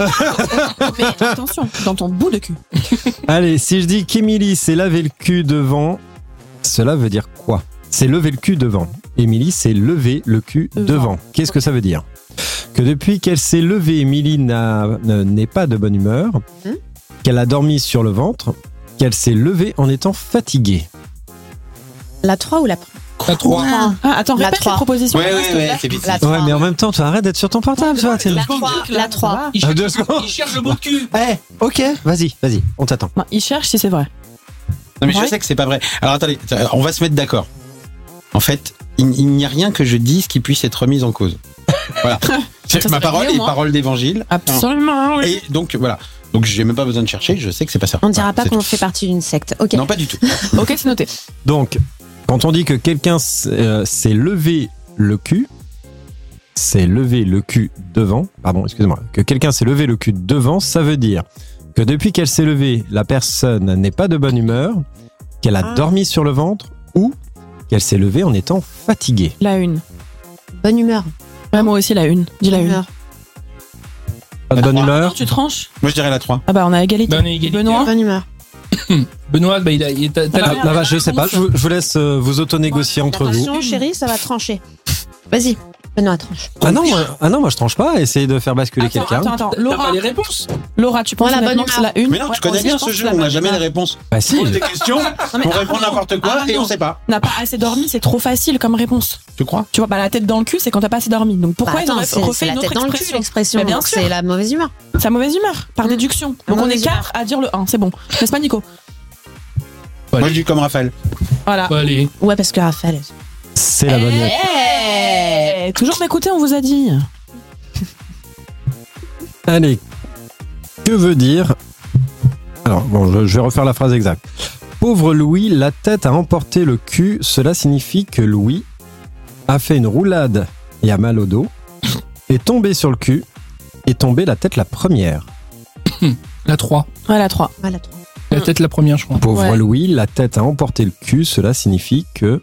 D: Mais attention, dans ton bout de cul.
C: Allez, si je dis qu'Émilie s'est lavé le cul devant, cela veut dire quoi? C'est lever le cul devant. Émilie s'est levé le cul
D: Devant.
C: devant. Qu'est-ce que ça veut dire? Que depuis qu'elle s'est levée, Émilie n'a- ne- n'est pas de bonne humeur,
A: Hmm.
C: qu'elle a dormi sur le ventre, qu'elle s'est levée en étant fatiguée.
A: La trois ou la
B: La trois.
D: Ah, attends,
A: La
D: répète
A: trois.
D: les propositions.
E: Ouais, ouais, ouais, c'est vite.
A: La
C: Ouais,
A: trois.
C: mais en même temps, tu arrêtes d'être sur ton portable, tu vois. t'es-
A: La trois, la trois.
B: Il
C: Ah,
B: cherche,
C: deux secondes.
B: il cherche le bout de cul.
C: Eh, ok, vas-y, vas-y, on t'attend.
D: Non, il cherche si c'est vrai.
E: Non, mais je
D: Ouais.
E: sais que c'est pas vrai. Alors attendez, on va se mettre d'accord. En fait, il, il n'y a rien que je dise qui puisse être remis en cause. Voilà. C'est-
D: Ça
E: Ma
D: serait
E: parole
D: mieux,
E: est
D: moi.
E: parole d'évangile.
D: Absolument, oui.
E: Et donc voilà. Donc j'ai même pas besoin de chercher. Je sais que c'est pas ça.
A: On ne dira
E: Voilà,
A: pas
E: c'est
A: qu'on
E: tout.
A: fait partie d'une secte. Ok.
E: Non, pas du tout.
D: Ok, c'est noté.
C: Donc, quand on dit que quelqu'un s- euh, s'est levé le cul, s'est levé le cul devant, pardon, excusez-moi, que quelqu'un s'est levé le cul devant, ça veut dire que depuis qu'elle s'est levée, la personne n'est pas de bonne humeur, qu'elle a
A: Ah.
C: dormi sur le ventre ou qu'elle s'est levée en étant fatiguée.
D: La une.
A: Bonne humeur.
D: Ouais, moi aussi, la une. Dis la
A: Bonne
D: une.
A: humeur.
C: Pas de bonne
D: Arnaud,
C: humeur.
D: tu tranches?
E: Moi je dirais la trois.
D: Ah bah, on a égalité.
B: Ben, on est égalité.
D: Benoît?
A: Bonne humeur.
B: Benoît, bah, il a, il a- t'as-
C: Ah,
B: t'as-
C: là, bah, je sais pas, je vous, je vous laisse euh, vous auto-négocier entre vous.
A: Attention, chérie, ça va trancher. Vas-y. Benoît tranche.
C: Ah non, moi, ah non, moi je tranche pas. Essayez de faire basculer
D: Attends,
C: quelqu'un.
D: attends, attends.
B: T'as
D: Laura,
B: pas les réponses.
D: Laura, tu penses
A: Moi, la
D: honnêtement
A: bonne
D: que c'est la une?
E: Mais non,
D: Ouais,
E: tu connais
D: moi
E: bien
D: aussi,
E: ce
D: je
E: jeu,
D: pense que
E: on n'a
D: la
E: jamais
D: bonne
E: les réponses.
C: Bah si.
E: On pose des questions,
D: mais
E: on répond
D: Arnaud,
E: n'importe quoi et on
D: Arnaud.
E: sait pas.
D: N'a pas assez dormi, c'est trop facile comme réponse.
E: Tu crois?
D: Tu vois, bah la tête dans le cul, c'est quand t'as pas assez dormi. Donc pourquoi
A: Bah,
D: ils
A: attends,
D: auraient
A: c'est
D: refait
A: c'est la
D: une autre
A: tête dans le cul,
D: expression?
A: l'expression.
D: Mais bien
A: donc
D: sûr.
A: C'est la mauvaise humeur.
D: Sa mauvaise humeur, par
A: Mmh.
D: déduction.
A: La
D: Donc on est
A: mauvaise
D: quatre à dire le un, c'est bon. N'est-ce pas, Nico?
E: Moi, je dis comme Raphaël.
D: Voilà.
B: Bon, allez.
A: Ouais, parce que Raphaël.
C: C'est la bonne réponse.
D: Eh, toujours m'écouter, on vous a dit.
C: Allez, que veut dire... Alors, bon, je, je vais refaire la phrase exacte. Pauvre Louis, la tête a emporté le cul. Cela signifie que Louis a fait une roulade et a mal au dos, est tombé sur le cul, est tombé la tête la première.
B: La trois.
D: Ouais, la trois.
A: Voilà, toi.
B: La tête la première, je crois.
C: Pauvre
D: Ouais.
C: Louis, la tête a emporté le cul. Cela signifie que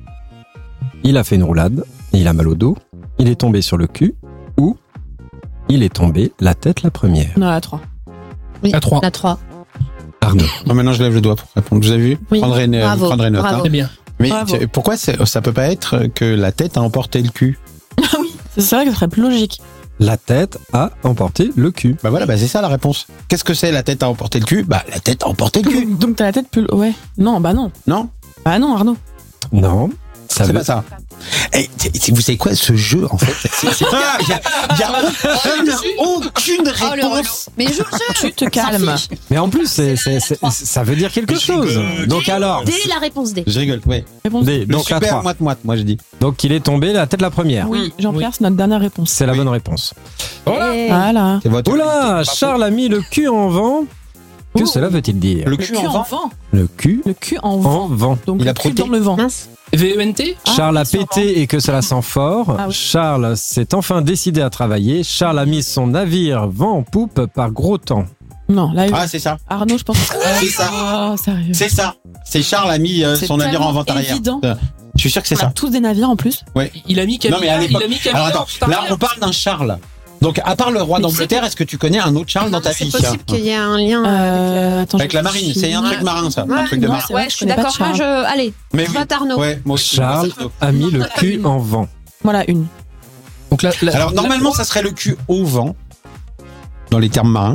C: il a fait une roulade, il a mal au dos, il est tombé sur le cul, ou il est tombé la tête la première.
D: Non, la trois.
A: Oui,
B: La trois.
A: La trois.
C: Arnaud.
E: Bon, maintenant, je lève le doigt pour répondre. Vous avez vu?
A: Oui.
E: Prendrez, une-
A: Bravo,
E: vous prendrez note.
A: bravo.
E: hein.
B: Très bien.
E: Mais
D: Bravo.
E: tu- pourquoi c'est- ça peut pas être que la tête a emporté le cul?
D: C'est vrai que ce serait plus logique.
C: La tête a emporté le cul.
E: Bah voilà, bah c'est ça la réponse. Qu'est-ce que c'est la tête a emporté le cul? Bah la tête a emporté le cul.
D: Donc t'as la tête plus. Ouais. Non, bah non.
E: Non,
D: Bah non, Arnaud.
C: Non, ça
E: c'est
C: veut...
E: pas ça. Eh, t- t- vous savez quoi, ce jeu en fait, c'est- c'est- il y a, il y a aucune, aucune
A: Oh, le
E: réponse.
A: Mais joue le jeu.
D: Tu te calmes.
C: Mais en plus, c'est, c'est, c'est- ça veut dire quelque
E: Je
C: chose.
E: rigole.
C: Donc alors,
A: D, la réponse D.
E: Je rigole, ouais.
D: Réponse.
C: D,
E: Le
C: donc la
E: super
C: trois.
E: moite moite, moi je dis.
C: Donc il est tombé la tête la première.
D: Oui, Jean-Pierre, c'est notre dernière réponse.
C: C'est la
E: Oui.
C: bonne réponse.
B: Voilà.
A: Et-
D: Voilà.
E: C'est votre.
C: Oula,
E: c'est pas
C: Charles a mis le cul en vent. Que
D: Ouh.
C: cela veut-il dire?
E: faux. Le
D: Le
E: cul
D: cul
E: en
D: en
E: vent.
D: vent.
C: Le cul
D: Le cul en
C: en
D: vent.
C: vent.
D: Donc
E: Il
D: le
E: a
D: cul
E: frotté.
D: dans le vent.
A: Mince.
B: V E N T.
D: Ah,
C: Charles a
D: sûrement.
C: pété et que cela sent fort.
D: Ah oui.
C: Charles s'est enfin décidé à travailler. Charles a mis son navire vent en poupe par gros temps.
D: Non, là,
E: Ah c'est ça,
D: Arnaud, je pense que
E: C'est ça.
D: Oh, sérieux.
E: c'est ça. C'est Charles a mis euh,
D: C'est
E: son navire en
D: tellement
E: vente arrière.
D: évident.
E: Euh, Je suis sûr que c'est
D: On a
E: ça.
D: tous des navires en plus.
B: Il a mis
E: Non, mais à
B: Camilla. Il
E: l'époque-
B: a mis Camilla.
E: Alors attends,
B: en
E: là
B: starter.
E: on parle d'un Charles. Donc à part le roi
D: Mais
E: d'Angleterre, est-ce que tu connais un autre Charles dans ta
A: C'est
E: vie?
A: possible qu'il y ait un lien
D: Euh, attends,
E: Avec
D: je
E: la marine, c'est un
D: réfléchis.
E: truc marin ça, un
A: Ouais,
E: truc de
D: non,
E: marin.
D: c'est vrai
A: Ouais,
D: que
A: je
D: je
A: suis
D: connais pas
A: d'accord.
D: de
A: Moi,
D: Charles.
A: je... Allez,
E: Mais oui.
A: vote Arnaud.
E: Ouais, moi aussi.
C: Charles a mis le cul en vent.
D: Voilà, une.
B: Donc la, la-
E: Alors
B: la-
E: normalement ça serait le cul au vent, dans les termes marins.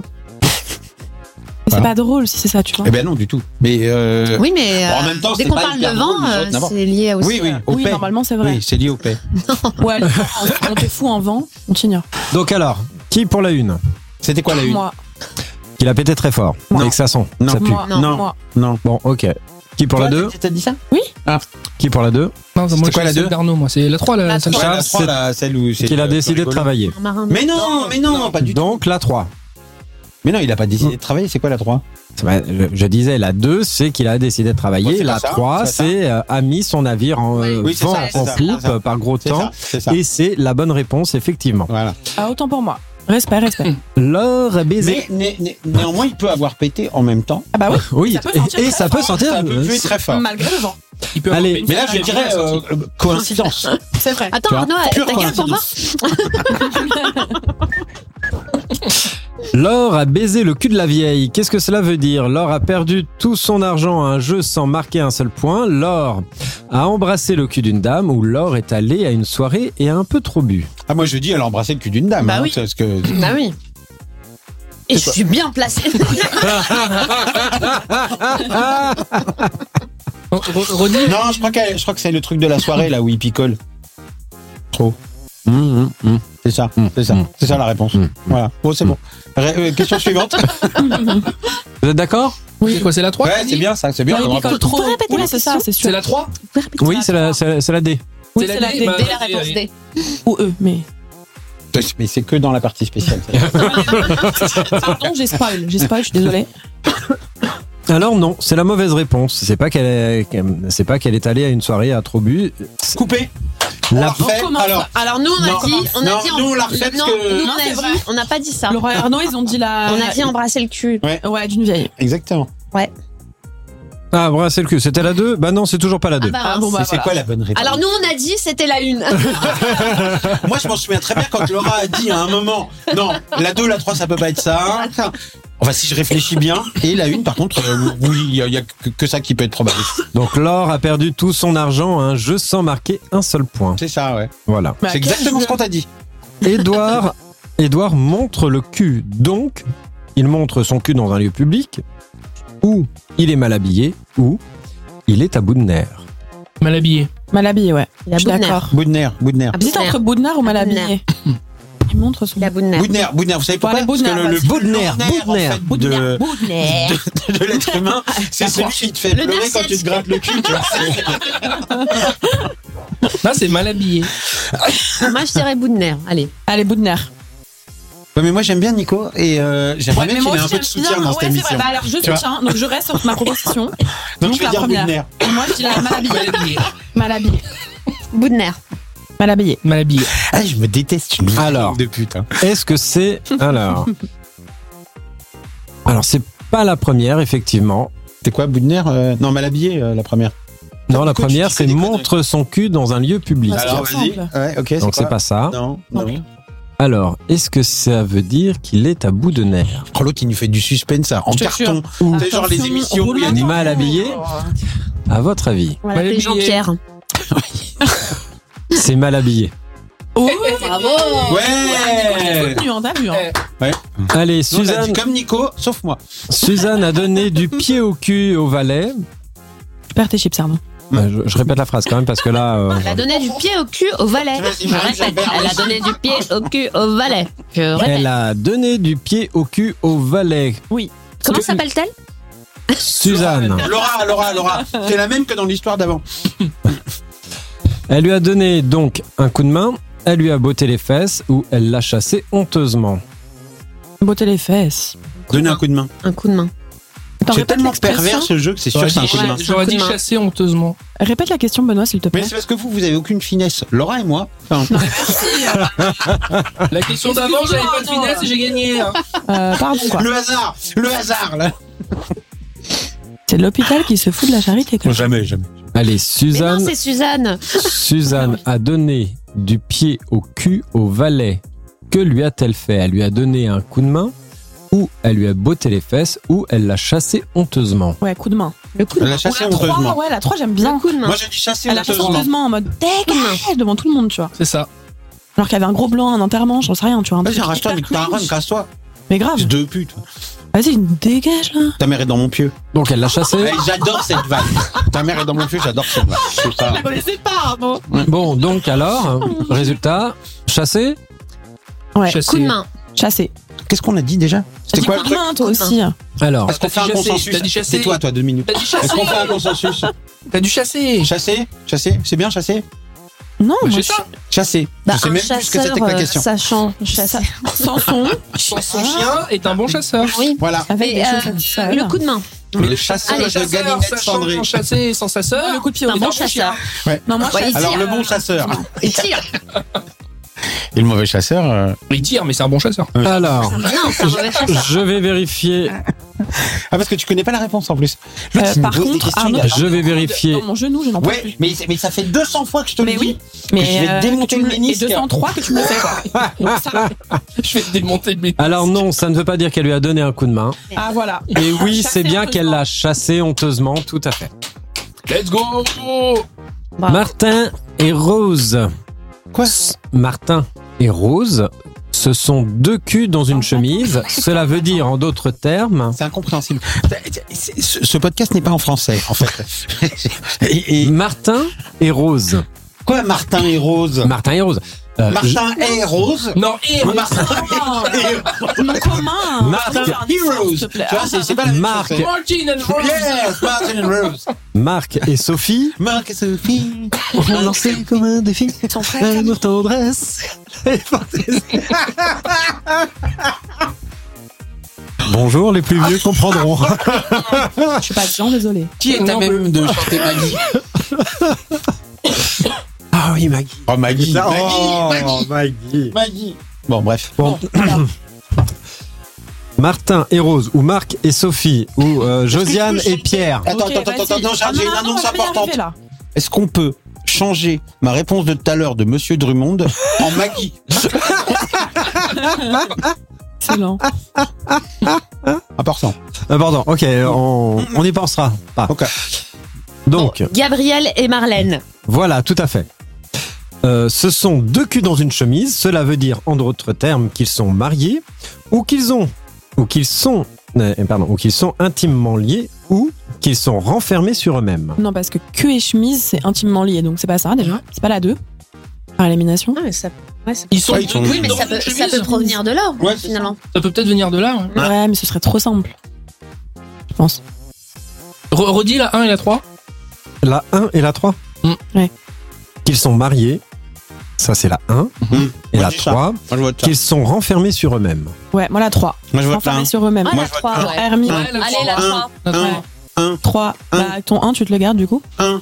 D: Mais c'est
E: Voilà.
D: pas drôle si c'est ça, tu vois.
E: Eh ben non du tout. Mais euh,
A: Oui, mais
E: Bon, en
A: euh,
E: même temps,
A: dès
E: c'est
A: qu'on
E: pas
A: parle de
E: hyper
A: vent,
E: drôle, les
A: euh,
E: autres, d'abord.
A: c'est lié aussi.
E: oui oui,
A: euh,
E: au
D: Oui,
E: paix.
D: normalement, c'est vrai.
E: Oui, c'est lié au paix.
D: Ouais, le- on te fout en vent, on t'ignore.
C: Donc alors, qui pour la une?
E: C'était quoi la une?
D: Moi,
C: Qu'il a pété très fort.
E: Non.
C: Et que ça sent.
E: Non.
C: Ça pue.
D: moi,
E: Non.
D: moi.
E: Non.
C: Bon, ok. Qui pour la deux?
E: T'as dit ça?
C: Qui pour la deux?
B: Non, moi,
E: C'était
B: je
E: quoi,
B: suis
E: la
B: celle
E: deux
B: d'Arnaud, moi. C'est la trois, la
A: La
B: celle
A: trois.
E: Ouais,
C: Charles,
E: la trois,
C: c'est-
E: là, celle où c'est
C: Qu'il a
E: le-
C: décidé de
E: rigolo.
C: travailler.
A: Un marin.
E: Mais non, mais non, pas du tout.
C: Donc la trois.
E: Mais non, il a pas décidé de travailler, c'est quoi la trois?
C: Ouais, Je, je disais, la deux, c'est qu'il a décidé de travailler.
E: Ouais, c'est
C: la
E: pas ça,
C: trois,
E: c'est pas
C: c'est euh, a mis son navire en euh,
E: Oui, c'est
C: vent
E: ça, c'est
C: en
E: ça,
C: poupe
E: c'est ça.
C: par gros
E: C'est
C: temps.
E: ça, c'est ça.
C: Et c'est la bonne réponse, effectivement.
E: Voilà.
D: Ah, autant pour moi. Respect, respect.
C: L'or a baisé.
E: Mais né- né- néanmoins, il peut avoir pété en même temps.
D: Ah bah oui.
C: Oui,
D: Ça peut sentir
C: et, et
D: très
C: ça peut
D: fort.
C: sentir.
E: Ça peut
C: euh,
E: puer très fort.
D: Malgré le vent.
B: Il peut
C: Allez.
B: avoir une
E: Mais là,
B: fois,
E: je
B: il
E: dirais
B: a rien
E: euh,
B: sorti.
E: euh, coïncidence.
D: C'est vrai.
E: Tu
A: Attends,
E: vois,
A: Arnaud,
E: pure
A: t'as qu'un pour voir
C: L'or a baisé le cul de la vieille. Qu'est-ce que cela veut dire? L'or a perdu tout son argent à un jeu sans marquer un seul point. L'or a embrassé le cul d'une dame ou l'or est allé à une soirée et a un peu trop bu.
E: Ah, moi, je dis, elle a embrassé le cul d'une dame.
A: Bah
E: hein,
A: oui.
E: parce que...
A: Bah oui. Et je suis bien placée.
B: Oh, Re- Redis.
E: Non, je crois, qu'elle- je crois que c'est le truc de la soirée, là, où il picole. Trop.
C: Hum, hum, hum.
E: C'est ça,
C: Mm.
E: c'est ça.
C: Mm.
E: C'est ça la réponse.
C: Mm.
E: Voilà. Bon, c'est bon. Ré- euh, question suivante.
C: Vous êtes d'accord?
B: C'est quoi, c'est la trois?
E: Ouais,
B: t'as
E: c'est
B: dit
E: bien ça, c'est bien.
D: Non, il
E: comme
D: picole
E: réponse.
D: trop.
A: Vous répétez
D: Oui,
A: la
D: c'est ça,
A: question
D: c'est sûr.
B: C'est la trois?
C: Oui, c'est la, c'est la, c'est la D.
D: Oui,
B: C'est
D: c'est
B: la
D: la
B: D,
D: D.
B: bah,
A: D, la réponse
B: allez.
A: D.
D: Ou eux, mais.
E: Mais c'est que dans la partie spéciale.
D: Pardon, j'ai spoil. J'ai spoil, je suis désolée.
C: Alors non, c'est la mauvaise réponse. C'est pas qu'elle est, c'est pas qu'elle est allée à une soirée à trop bu.
E: Coupé.
C: La-
E: On la refait.
D: comment
E: Alors,
A: Alors nous, on
E: Non,
A: a dit, on a
E: non,
A: dit,
E: nous, on l'a refait parce
A: non,
E: que-
A: nous,
D: Non,
A: on
D: c'est
A: a
D: vrai.
A: dit, on n'a pas dit ça.
D: Laurent et Arnaud, ils ont dit la.
A: On a dit embrasser le cul.
D: Ouais, d'une vieille.
E: exactement.
C: Ah, brasser le cul. C'était la deux? Bah non, c'est toujours pas la deux.
A: Ah bah,
D: Ah bon,
A: mince.
D: bah,
E: Mais c'est
D: voilà.
E: quoi la bonne réponse?
A: Alors nous, on a dit, c'était la une.
E: Moi, je m'en souviens très bien quand Laura a dit à un moment, non, la deux, la trois, ça peut pas être ça. Enfin, si je réfléchis bien. Et la une, par contre, euh, oui, il y, a- il y a que, que ça qui peut être probable.
C: Donc Laure a perdu tout son argent à un jeu sans marquer un seul point.
E: C'est ça, ouais.
C: Voilà.
D: Mais à
E: C'est
D: quel
E: exactement
D: jeu
E: ce qu'on t'a dit.
C: Édouard, Édouard montre le cul. Donc, il montre son cul dans un lieu public, ou il est mal habillé, ou il est à bout de nerfs.
B: Mal habillé.
D: Mal habillé, ouais.
A: Il a
D: Je suis
A: bout de nerfs.
D: d'accord.
E: Bout de nerf, bout de nerf.
A: Ah,
D: J'hésite entre Boudnard ou mal
A: Boudner.
D: habillé. Il montre son.
A: Il a bout de nerfs.
E: Bout de nerf, bout de nerf. Vous savez pourquoi
D: Ouais,
E: Parce que
D: Boudner,
E: le, le
D: vas-y.
E: bout de nerf,
C: Boudner,
E: en fait,
D: Boudner,
E: de,
A: Boudner.
E: de, de l'être humain, c'est celui qui te fait
A: Le
E: pleurer
A: nerf
E: quand tu te
A: sciatique.
E: grattes le cul. Tu vois.
B: Là, c'est mal habillé.
A: Moi, je dirais bout de nerfs. Allez.
D: Allez, Boudner.
E: Ouais, mais moi j'aime bien Nico et euh, j'aimerais bien qu'il ait un peu de soutien dans cette
D: ouais, c'est
E: émission.
D: vrai. Bah, alors, je
E: Tu vois.
D: soutiens, donc je reste sur ma proposition.
E: Donc,
D: donc,
E: je vais
D: la
E: dire bout de
D: première.
E: nerf.
D: Et moi, je dis la mal habillé.
B: Mal habillé.
D: Mal habillé.
A: Bout de nerfs.
D: Mal habillé.
B: Mal habillé.
E: Ah, je me déteste une vraie
C: Alors.
E: langue de pute. Hein.
C: Est-ce que c'est... Alors... Alors, c'est pas la première, effectivement.
E: C'est quoi, bout de nerf euh, Non, mal habillé, euh, la première.
C: Non, la
E: Nico, tu
C: première,
E: dis
C: c'est
E: des conneries.
C: montre son cul dans un lieu public.
D: Ah,
E: Alors,
D: ça
E: vas-y.
D: ressemble.
E: Ouais, ok.
C: Donc, c'est
E: quoi
C: pas ça.
E: Non, non.
C: Alors, est-ce que ça veut dire qu'il est à bout de nerfs?
E: Oh, l'autre, il nous fait du suspense, ça, en
D: Je te
E: carton.
C: Ou
E: C'est genre les
D: Attention,
E: émissions où il y a des...
D: roulement.
C: mal habillé? À votre avis,
A: On va
B: Mal
A: l'appeler
B: habillé.
A: Jean-Pierre.
C: c'est mal habillé.
D: Oh,
A: Bravo.
E: Ouais
D: soutenu, hein, t'as vu. Hein.
C: Allez,
E: Nous, on a dit
C: Suzanne,
E: comme Nico, sauf moi.
C: Suzanne a donné du pied au cul au valet.
D: Tu perds tes chips, Arnaud.
C: Euh, Je, je répète la phrase quand même parce que là... euh,
A: Elle a donné du pied au cul au valet.
E: Vas-y,
A: Je
E: Marie,
A: répète,
E: Jean-Pierre,
A: elle a
E: vas-y.
A: donné du pied au cul au valet. Je répète.
C: elle a donné du pied au cul au valet.
A: Comment s'appelle-t-elle
C: Suzanne.
E: Laura, Laura, Laura. C'est la même que dans l'histoire d'avant.
C: Elle lui a donné donc un coup de main, elle lui a botté les fesses ou elle l'a chassé honteusement.
D: Botter les fesses.
E: Donner un coup de main.
A: Un coup de main.
D: Attends,
E: C'est
D: répète
E: tellement
D: l'expression.
E: pervers ce jeu que c'est sûr
B: J'aurais
E: que c'est un
B: dit,
E: coup de main.
A: Ouais.
B: j'aurais
A: Un coup
B: dit
A: de main.
B: chasser honteusement.
D: Répète la question, Benoît, s'il te
E: Mais
D: plaît.
E: c'est parce que vous, vous avez aucune finesse. Laura et moi. Enfin,
B: La question d'avant, j'avais pas de finesse et j'ai gagné. hein.
D: Euh, pardon, quoi.
E: le hasard, le hasard là.
D: C'est l'hôpital qui se fout de la charité, quoi.
E: Jamais, jamais.
C: Allez,
A: Mais non,
C: Suzanne,
A: c'est Suzanne.
C: Suzanne a donné du pied au cul au valet. Que lui a-t-elle fait? Elle lui a donné un coup de main, ou elle lui a botté les fesses, ou elle l'a chassé honteusement.
D: Ouais, coup de main.
A: Le coup de
E: Elle
A: main.
E: a chassé
D: Ou la trois,
E: honteusement.
D: ouais, la trois, j'aime
A: Un
D: bien.
A: coup de main.
E: Moi j'ai dit chasser
D: Elle a chassé
E: honteusement.
D: honteusement en mode dégage devant tout le monde, tu vois.
B: C'est ça.
D: Alors qu'il y avait un gros blanc, un enterrement, j'en sais rien, tu vois. Un
E: Vas-y,
D: truc
E: arrache-toi,
D: hyper
E: nique ta
D: cringe.
E: run, casse-toi.
D: Mais grave.
E: C'est deux putes.
D: Vas-y, dégage là.
E: Ta mère est dans mon pieu.
C: Donc elle l'a chassé.
E: Hey, j'adore cette vanne. Ta mère est dans mon pieu, j'adore cette vanne. C'est ça.
D: Je connaissais pas, Arnaud.
C: Bon, donc alors, résultat, chassé.
D: Ouais,
B: Chassé.
A: Coup de main.
D: chassé.
E: Qu'est-ce qu'on a dit déjà C'était
D: Dis
E: quoi le
D: coup de
E: truc
D: main, toi
A: Coup de
D: aussi.
C: Alors,
E: Est-ce qu'on fait
B: T'as
E: un
B: dit chasser,
E: consensus
B: t'as dit chasser.
E: C'est toi, toi, deux minutes.
B: T'as dit chasser.
E: Est-ce qu'on fait un consensus
B: T'as dû chasser.
E: Chasser Chasser C'est bien chasser
D: Non,
B: Bah,
D: moi,
B: c'est
D: je
B: ça.
E: Chasser.
A: Bah,
E: je sais
A: un
E: même plus ce que
A: chasseur
E: c'était que la
A: euh,
E: question.
A: sachant chasser.
D: sans son,
B: Son chien est un bon chasseur.
A: Oui.
E: Voilà.
D: avec
A: Mais,
D: des
A: euh,
D: choses comme ça.
A: Le coup de main.
E: Le chasseur
A: Allez,
E: de
B: chasseur,
E: Galinette
B: sachant
E: cendrée.
B: chasser sans sa sœur.
D: Le coup de pied
A: C'est
D: au
A: un bon
D: nez.
A: chasseur.
D: Non, moi,
A: Ouais,
D: je
A: il
E: Alors
A: tire.
E: le bon chasseur.
A: Il tire.
E: Et le mauvais chasseur. euh,
B: Il tire, mais c'est un bon chasseur.
C: alors,
A: Non, c'est un mauvais chasseur.
C: je vais vérifier.
E: Ah parce que tu connais pas la réponse en plus. L'autre,
D: Euh,
E: il me
D: par
E: pose des
D: contre,
E: questions,
D: Arnaud,
E: il a-
C: Je vais vérifier.
D: Dans mon genou, je n'en peux
E: Ouais,
D: plus.
E: mais, mais ça fait deux cents fois que je te le
D: Mais
E: dis.
D: oui,
E: que
D: mais
E: je vais
D: euh,
E: démonter
D: tu
E: le
D: me-
E: ménisque.
D: Et deux cent trois que tu me le fais, quoi. Donc ça,
B: Je vais te démonter le mec.
C: Alors non, ça ne veut pas dire qu'elle lui a donné un coup de main.
D: ah voilà.
C: Et oui,
D: Chassé
C: c'est bien qu'elle
D: honteusement.
C: l'a chassé honteusement, tout à fait.
B: Let's go.
A: Bravo.
C: Martin et Rose.
E: Quoi
C: Martin et Rose, ce sont deux culs dans une chemise. Cela veut dire, en d'autres termes,
E: C'est incompréhensible. C'est- Ce ce podcast n'est pas en français, en fait. Et, et-
C: Martin et Rose.
E: quoi, Martin et Rose
C: Martin et Rose. Euh,
E: Martin et Rose
B: Non, et
E: Martin
D: Non, commun.
C: Marc
E: Heroes. Tu vois, c'est c'est pas la même
C: Marc.
E: chose. c'est-
B: Martin and Rose.
E: Yes, Martin and Rose.
C: Marc et Sophie.
E: Marc et Sophie.
C: On a lancé comme un défi.
D: Son frère.
C: L'amour tendresse. Bonjour, les plus vieux comprendront.
D: Je suis pas bien, désolé.
E: Qui est à même de chanter Maggie
C: Ah oui, Maggie.
E: Oh, Maggie.
C: Oh,
E: Maggie.
C: Maggie.
E: Maggie. Bon, bref.
C: Bon. Martin et Rose, ou Marc et Sophie, ou euh, Josiane et Pierre.
E: Attends,
D: Ok,
E: attends, attends,
D: vas-y.
E: attends, non, j'ai
D: Ah,
E: j'ai une
D: non, non,
E: annonce
D: on va pas y
E: importante.
D: arriver, là.
E: Est-ce qu'on peut changer ma réponse de tout à l'heure de Monsieur Drummond en Maggie
D: Excellent.
E: Important.
C: Important, ok, on, on y pensera pas.
E: Ok.
C: Donc,
A: Bon, Gabriel et Marlène.
C: voilà, tout à fait. Euh, ce sont deux culs dans une chemise. Cela veut dire, en d'autres termes, qu'ils sont mariés ou qu'ils ont, ou qu'ils sont, euh, pardon, ou qu'ils sont intimement liés ou qu'ils sont renfermés sur eux-mêmes.
D: Non, parce que cul et chemise, c'est intimement lié. Donc c'est pas ça déjà. C'est pas la deux. Par élimination.
A: Ah, mais ça, ouais, ça,
B: Ils sont,
E: Ouais, ils sont-
A: oui, mais
B: dans
A: ça
B: une
A: peut,
B: chemise.
A: ça peut provenir de là,
E: Ouais, c'est
A: finalement.
B: Ça peut peut-être venir de là. hein.
D: Ouais, mais ce serait trop simple. Je pense.
B: Re- Redis la un et la trois.
C: La un et la trois.
B: Mm.
D: Ouais.
C: Qu'ils sont mariés. Ça, c'est la un.
E: Mmh.
C: Et
E: Moi,
C: la
E: je dis ça.
C: trois.
E: Moi, je vote ça.
C: Qu'ils sont renfermés sur eux-mêmes.
D: Ouais, moi la trois.
E: Moi, je vote
D: Enfermés
E: un.
D: sur eux-mêmes.
A: Ah,
E: Moi,
A: la
E: je vote
A: trois,
E: un.
A: ouais.
D: Hermie.
B: Ouais, la
A: Allez,
B: trois.
A: la
E: Un.
A: trois.
B: La trois.
E: Un. Un.
D: trois.
E: Un.
D: Bah, ton un, tu te le gardes du coup.
E: Un.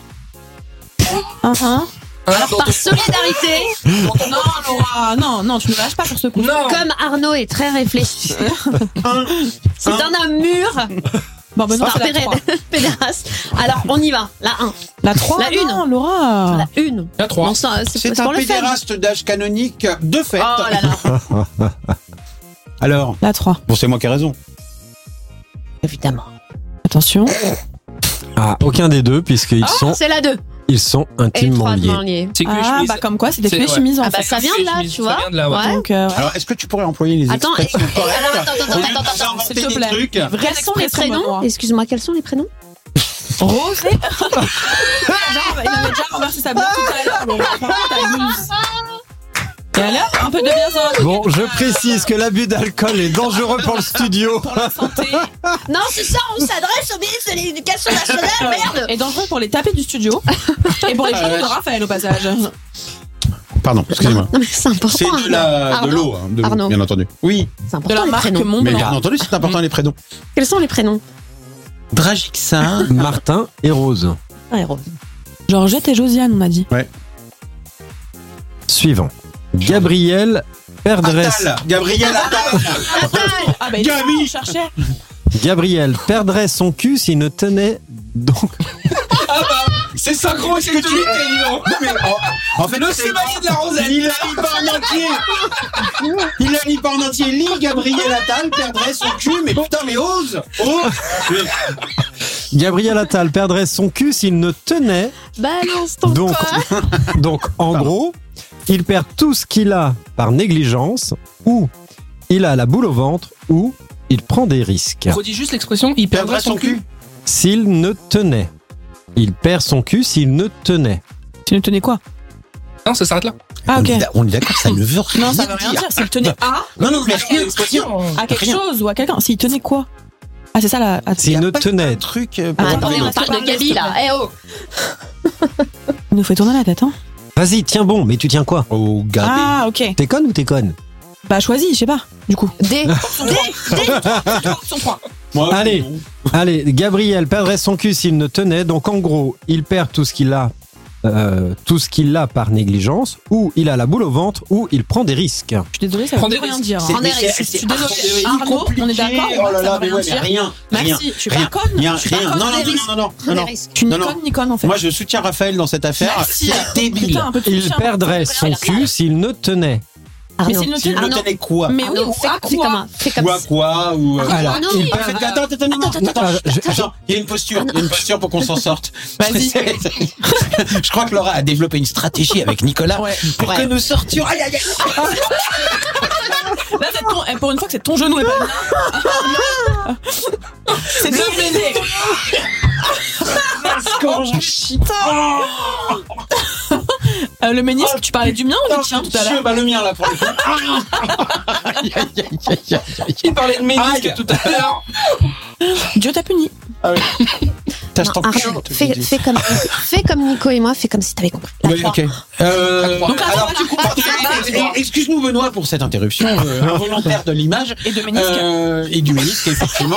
D: Un, un.
B: Alors,
A: Par solidarité,
D: Non, Laura, non, non, tu ne lâches pas sur ce coup.
B: non.
A: comme Arnaud est très réfléchi,
E: Un.
A: c'est un homme mûr,
D: Bon, ben non,
A: par
D: c'est la trois.
A: pédéraste. Alors, on y va. La un.
D: La trois,
A: La une.
D: non, Laura.
A: La une.
B: La trois.
A: Non, ça, c'est
E: C'est
A: c'est
E: un
A: pour le fun.
E: pédéraste d'âge canonique de fait.
A: Oh là là.
E: Alors,
D: La trois.
E: bon, c'est moi qui ai raison.
A: Évidemment.
D: Attention.
C: Ah, aucun des deux, puisqu'ils sont,
A: C'est la deux.
C: ils sont intimement liés.
A: Étroitement liés.
B: C'est que les
D: Ah,
B: chemises.
D: bah comme quoi, c'est des
B: C'est-
D: clés
B: ouais.
D: chemises en
A: Ah bah
D: fait.
A: ça vient de là,
B: chemises,
A: tu
B: ça
A: vois.
B: vient de là, ouais.
A: Ouais.
D: Donc, euh, ouais.
E: Alors, est-ce que tu pourrais employer les
A: Attends,
E: expressions
A: et-
E: correctes
A: alors, attends, attends,
E: au lieu
A: attends,
E: de
A: attends,
E: inventer
D: s'il te
E: des
D: plaît.
E: trucs
A: Quels sont les
D: expression,
A: prénoms
D: Benoît.
A: Excuse-moi, quels sont les prénoms
D: Rosé. Il avait déjà renversé sa blouse tout à l'heure. Donc, franchement, t'as loose. Et allez, hop, un peu de bienveillance
C: Bon, je précise que l'abus d'alcool est dangereux pour le studio.
D: pour la santé.
A: Non, c'est ça, on s'adresse au ministre de l'Éducation nationale, merde.
D: Et dangereux pour les tapés du studio. Et pour les genoux de Raphaël au passage.
E: Pardon, excusez-moi.
A: Non, mais c'est important.
E: C'est de la, de
A: Arnaud.
E: l'eau, hein, de l'eau,
A: Arnaud.
E: bien entendu. Oui,
A: C'est
D: De
A: important
D: la
A: les
D: marque
A: prénoms.
D: Mont
E: mais bien
D: Blanc.
E: entendu, c'est important les prénoms.
A: Quels sont les prénoms
E: Dragixa.
C: Martin et Rose.
A: Ah, et Rose.
D: Georgette et Josiane, on a dit.
C: Suivant. Gabriel perdrait,
E: Attal, Gabriel Attal.
D: Ah bah il
E: Gabi.
D: on cherchait.
C: Gabriel perdrait son cul s'il ne tenait donc.
B: Ah bah, c'est synchro, c'est que tu dis, dis donc.
E: Non, mais en, en fait,
B: Le
E: c'est-
B: chevalier de la Rosette.
E: il la lit pas en entier. Il la lit pas en entier. Lit Gabriel Attal perdrait son cul, mais putain, mais ose, ose.
C: Gabriel Attal perdrait son cul s'il ne tenait
A: Balance ton
C: donc.
A: corps.
C: Donc, en gros, il perd tout ce qu'il a par négligence, ou il a la boule au ventre, ou il prend des risques.
B: Redis juste l'expression, il perdrait son cul.
C: S'il ne tenait. Il perd son cul s'il ne tenait.
D: Tu ne tenais quoi?
B: Non, ça s'arrête là.
D: Ah ok.
E: On est- On est d'accord, ça ne veut rien
D: Non, ça veut rien dire. S'il tenait à,
E: Non, non, mais rien.
D: à quelque
E: Rien.
D: chose ou à quelqu'un. S'il tenait quoi? Ah c'est ça la. ah,
C: S'il ne
E: Un
C: tenait.
E: truc. euh,
A: Ah,
E: pour
A: attendez,
E: enlever
A: on
E: l'autre.
A: parle de Gabi là. Eh oh.
D: Il nous fait tourner la tête, hein.
C: Vas-y, tiens bon, mais tu tiens quoi?
E: Oh, Gabi.
D: Ah ok.
C: T'es conne ou t'es conne?
D: Bah choisis, je sais pas. Du coup.
A: D.
D: Option trois.
E: Moi,
C: Allez.
E: non.
C: Allez, Gabriel perdrait son cul s'il ne tenait. Donc en gros, il perd tout ce qu'il a, euh, tout ce qu'il a par négligence, ou il a la boule au ventre, ou il prend des risques.
D: Je suis désolée, ça
B: Prends
D: veut
B: des
D: rien
B: risques.
D: dire.
E: C'est-
D: hein.
A: On est
E: mais c'est-
A: resté-
D: Je suis
E: c'est
D: désolée.
E: archi
D: Arnaud, on est
E: compliqué.
D: d'accord.
E: Oh là
D: ça
E: là,
D: veut
E: mais
D: rien
E: ouais, mais
D: dire.
E: rien. Rien.
D: Merci, je suis
E: rien.
D: pas conne.
E: Rien,
D: Je suis pas
E: rien.
D: conne,
E: Non, non,
D: des
E: non,
D: risques.
E: non, non, non,
A: Prends des
E: non.
A: risques.
D: Tu
E: Non,
D: n'y
E: non.
D: connes ni conne en fait.
E: Moi, je soutiens Raphaël dans cette affaire.
D: Merci.
E: C'est débile.
D: Putain, un peu de
C: Il
D: soutien.
C: perdrait son cul s'il ne tenait.
D: Mais
A: Arnaud.
D: s'il ne
E: S'il
D: tenait.
E: ne tenait quoi?
D: Mais oui,
A: Arnaud,
D: ou
A: fais,
D: à
A: fais
D: quoi?
A: comme un- fais comme
E: Ou à quoi? Ou. euh,
C: Alors,
A: Arnaud,
C: il
A: il-
C: perd-
E: Attends, attends, attends, non, non,
A: Attends,
E: attends,
C: attends, je-
E: attends, il y a une posture, il y a une posture pour qu'on s'en sorte.
D: Vas-y.
E: Je crois que Laura a développé une stratégie avec Nicolas
D: Ouais.
E: pour
A: Ouais.
E: que nous sortions. Aïe, aïe, aïe.
D: Là, c'est ton... eh, pour une fois que c'est ton genou et pas le mien. C'est terminé. Euh, le ménisque, tu parlais du mien ou du tien tout à l'heure?
E: Bah, le mien, là, pour le coup. Aïe, aïe, aïe, aïe, aïe, aïe.
B: Il parlait de ménisque
E: Aïe.
B: tout à l'heure.
D: Dieu t'a puni.
E: T'as
A: Non,
E: cet enculé,
A: Arnaud,
E: te
A: fais,
E: dis.
A: fais comme, fais comme Nico et moi, fais comme si t'avais compris. La
E: Oui,
A: trois.
E: ok. Euh,
B: Donc,
D: la
E: alors,
D: trois, tu comprends, c'est
E: euh, excuse-nous Benoît pour cette interruption euh, involontaire de l'image
D: Et de ménisque.
E: euh, et du ménisque effectivement.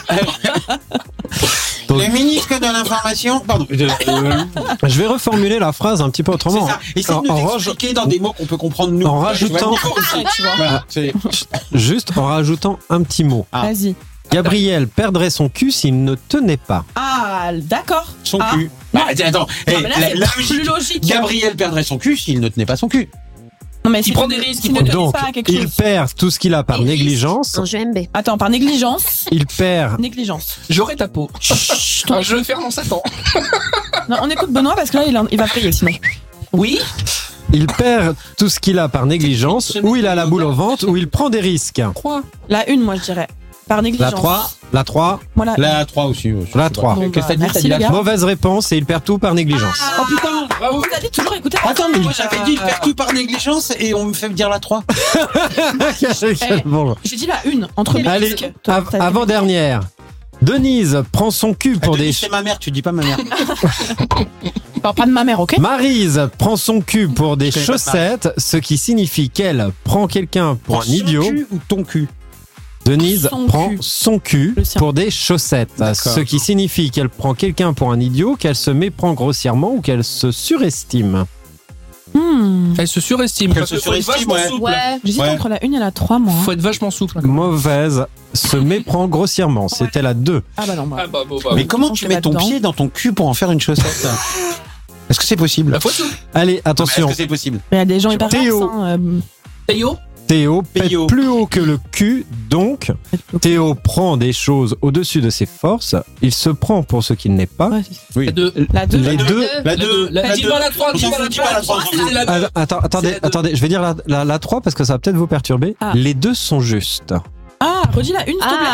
C: Donc-
E: Le ménisque de l'information, pardon. euh, euh,
C: Je vais reformuler la phrase un petit peu
E: c'est
C: autrement.
E: ça. Essaye
C: En-
E: de nous
C: en raj-
E: expliquer dans des mots qu'on peut comprendre nous.
C: En
E: Tu vois,
C: rajoutant-
E: Nico aussi.
D: Tu vois.
E: Voilà, c'est-
C: Juste en rajoutant un petit mot.
E: Ah.
D: Vas-y.
C: Gabriel perdrait son cul s'il ne tenait pas.
D: Ah, d'accord.
E: son
D: Ah.
E: cul. Bah, attends,
D: Non,
E: eh,
D: mais là,
E: la,
D: c'est
E: la
D: plus
E: logique.
D: logique.
E: Gabriel perdrait son cul s'il ne tenait pas son cul.
D: Non, mais
B: Il
D: si
B: prend
D: tu-
B: des risques,
D: si
B: il
D: tu
B: prend
D: ne
B: des
D: donnes
C: Donc,
D: pas quelque
C: il
D: chose.
C: perd tout ce qu'il a par
A: Et
C: négligence.
A: Un jeu M B.
D: Attends, par négligence.
C: Il perd.
D: Négligence.
B: J'aurai ta peau.
D: Chut,
B: Un jeu faire dans Satan.
D: Non, on écoute Benoît parce que là, il, en- il va payer sinon.
B: Oui.
C: Il perd tout ce qu'il a par négligence, ou il a la boule au ventre, ou il prend des risques.
B: Trois.
D: La une, moi, je dirais. Par négligence.
C: La trois, la trois,
D: Voilà.
E: La trois aussi. ouais, je
C: la
E: sais pas.
C: trois.
D: Bon,
E: Qu'est-ce que
D: bah,
E: t'as dit?
D: merci,
E: T'as dit la
D: les gars.
C: Mauvaise réponse et il perd tout par négligence.
E: Oh putain!
B: Bravo.
D: Vous avez toujours écouté.
E: Attends, mais moi j'avais dit faire tout par négligence et on me fait dire la trois.
C: Quel bon.
D: J'ai dit la une, entre mes
C: Allez,
D: risques. Toi,
C: av-
D: t'as dit-
C: avant-dernière. Denise prend son cul pour des...
E: C'est ma mère, tu dis pas ma mère.
D: Je parle pas de ma mère, ok?
C: Maryse prend son cul pour des
E: Je connais pas de
C: chaussettes, ce qui signifie qu'elle prend quelqu'un pour un
E: Son
C: idiot.
E: cul ou ton cul?
C: Denise
D: Son
C: prend
D: cul.
C: son cul
D: Le sien.
C: pour des chaussettes,
E: D'accord.
C: ce qui signifie qu'elle prend quelqu'un pour un idiot, qu'elle se méprend grossièrement ou qu'elle se surestime.
D: Hmm.
B: Elle se surestime.
E: Elle
B: parce
E: se
B: que faut être
E: surestime,
B: vachement
E: ouais.
B: souple.
A: Ouais.
D: J'hésite
E: Ouais.
D: entre la une et la trois, moi.
B: Faut être vachement souple.
C: Mauvaise, se méprend grossièrement. C'était la deux.
D: Ah bah non, bah.
B: Ah bah bon bah.
E: Mais
B: bon.
E: comment
D: On
E: tu
D: fait
E: mets ton
D: là-dedans.
E: pied dans ton cul pour en faire une chaussette? Est-ce que c'est possible?
B: Bah faut être souple.
C: Allez,
E: Est-ce
C: attention.
E: que c'est possible?
D: Mais il y a des gens hyper
C: Théo.
D: rares, hein, euh,
B: Théo.
C: Théo pète
E: Théo.
C: plus haut que le cul, donc Théo prend des choses au-dessus de ses forces. Il se prend pour ce qu'il n'est pas.
D: ouais, c'est-
E: Oui.
B: La deux.
D: La deux.
C: Les deux.
E: La deux.
B: La dis pas la trois. Dis pas la
E: Dis pas la
B: trois.
E: trois.
B: C'est la deux.
C: Ah, attends, attendez,
B: C'est la deux.
C: attendez, je vais dire la, la, la trois parce que ça va peut-être vous perturber.
D: Ah.
C: Les deux sont justes.
D: Ah, redis la une, s'il te plaît.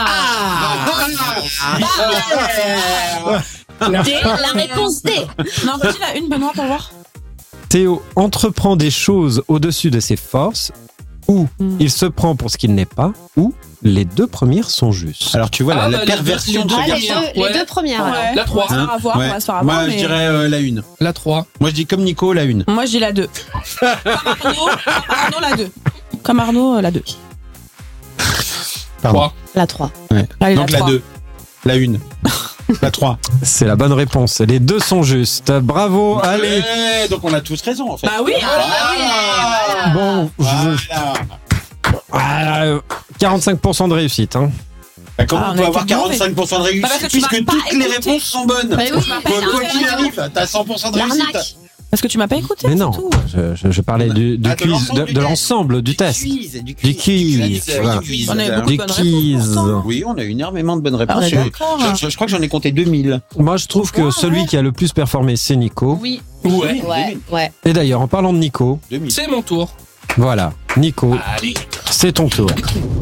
A: Ah, D, la réponse D.
D: Non, redis la une, Benoît, pour voir.
C: Théo entreprend des choses au-dessus de ses forces, ou
D: Hmm.
C: il se prend pour ce qu'il n'est pas, ou les deux premières sont justes.
E: Alors tu vois
B: Ah,
E: la, la
B: bah, les
E: perversion
B: deux-
E: de
A: Ah,
E: ce
A: les
E: garçon.
A: deux,
B: Ouais.
A: les deux premières. alors.
D: Ouais.
B: La trois.
D: On va se faire avoir,
E: Ouais.
D: on va se faire avoir.
E: Moi
D: mais...
E: je dirais euh, la une.
B: La trois.
E: Moi je dis comme Nico la une.
D: Moi, je dis la deux. Comme Arnaud, comme Arnaud, la deux. Comme Arnaud, euh, la deux.
E: Pardon.
B: Trois.
A: La trois.
D: Allez,
E: Donc la
D: trois.
E: deux. La une. La trois.
C: C'est la bonne réponse. Les deux sont justes. Bravo, allez.
E: Ouais, donc on a tous raison en fait.
D: Bah oui.
E: Ah,
C: Bon, je-
E: voilà.
C: Ah, euh, quarante-cinq pour cent de réussite. Hein.
E: Bah, comment
D: Ah,
E: on
D: on
E: peut
D: a
E: avoir
D: été mauvais.
E: quarante-cinq pour cent de réussite
D: Bah, parce que tu
E: puisque
D: m'as pas
E: toutes les
D: écouté.
E: réponses sont bonnes?
A: Bah oui,
E: Quoi quoi qu'il arrive, t'as cent pour cent de réussite.
A: L'arnaque.
D: Parce que tu m'as pas écouté,
C: Mais
D: c'est
C: non,
D: tout.
C: je, je- je parlais du, du
E: Ah, de
C: quiz,
E: l'ensemble
C: de,
E: du
C: de
E: test.
C: l'ensemble du test.
E: quiz, du
C: Du
E: quiz.
C: quiz,
E: Du
C: voilà.
E: quiz.
D: On a eu beaucoup
C: Du
D: de bonnes réponses,
C: quiz.
D: pourtant.
E: Oui, on a eu énormément de bonnes
D: Ah, on
E: réponses.
D: est
E: Je,
D: d'accord.
E: je- je crois que j'en ai compté deux mille.
C: Moi, je trouve que
D: Ouais,
C: celui
D: ouais.
C: qui a le plus performé, c'est Nico.
A: Oui.
B: Ouais.
A: Ouais, ouais.
C: Et d'ailleurs, en parlant de Nico,
E: deux mille.
B: C'est mon tour.
C: voilà, Nico,
B: Allez.
C: c'est ton tour.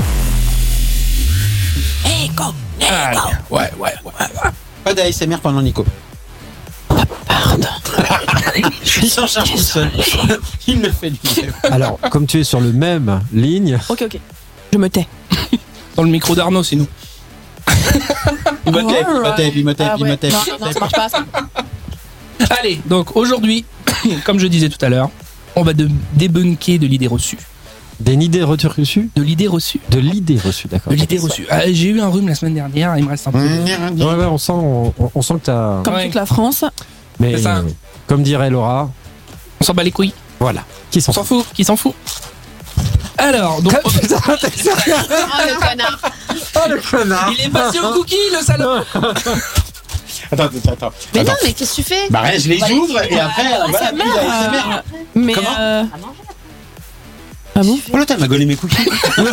B: Allez. Ouais, ouais, ouais.
E: Pas d'A S M R pendant Nico.
D: Pardon.
E: Je s'en charge tout seul. Il le fait lui-même.
C: Alors, comme tu es sur le même ligne,
D: Ok, ok. Je me tais.
B: Dans le micro d'Arnaud, sinon.
E: Imhotep, Imhotep, Imhotep,
D: Ah ouais.
E: Imhotep.
D: Non, non, non, ça marche pas. ça.
B: Allez, donc aujourd'hui, comme je disais tout à l'heure, on va de débunker de l'idée reçue.
C: des idées reçues,
B: De l'idée reçue.
C: de l'idée reçue, d'accord.
B: De l'idée reçue. Ah, j'ai eu un rhume la semaine dernière, il me reste un peu.
C: Ouais, ouais, on sent, on, on sent que t'as.
D: Comme
B: Ouais.
D: toute la France.
C: Mais
B: C'est ça.
C: euh, comme dirait Laura,
B: On s'en bat les couilles.
C: voilà. Qui
B: On
C: s'en
B: s'en fout. Qui s'en fout Alors, donc.
A: Oh, le connard.
C: Oh le connard.
B: Il est passé au cookie, le salaud.
E: Attends, attends, attends.
A: Mais
E: Attends.
A: non, mais qu'est-ce que tu fais?
E: Bah rien, je les ouvre et après, voilà, plus d'A S M R.
D: Euh, mais.
E: Comment
D: euh, Ah bon?
E: Oh là, t'as m'a gaulé mes cookies.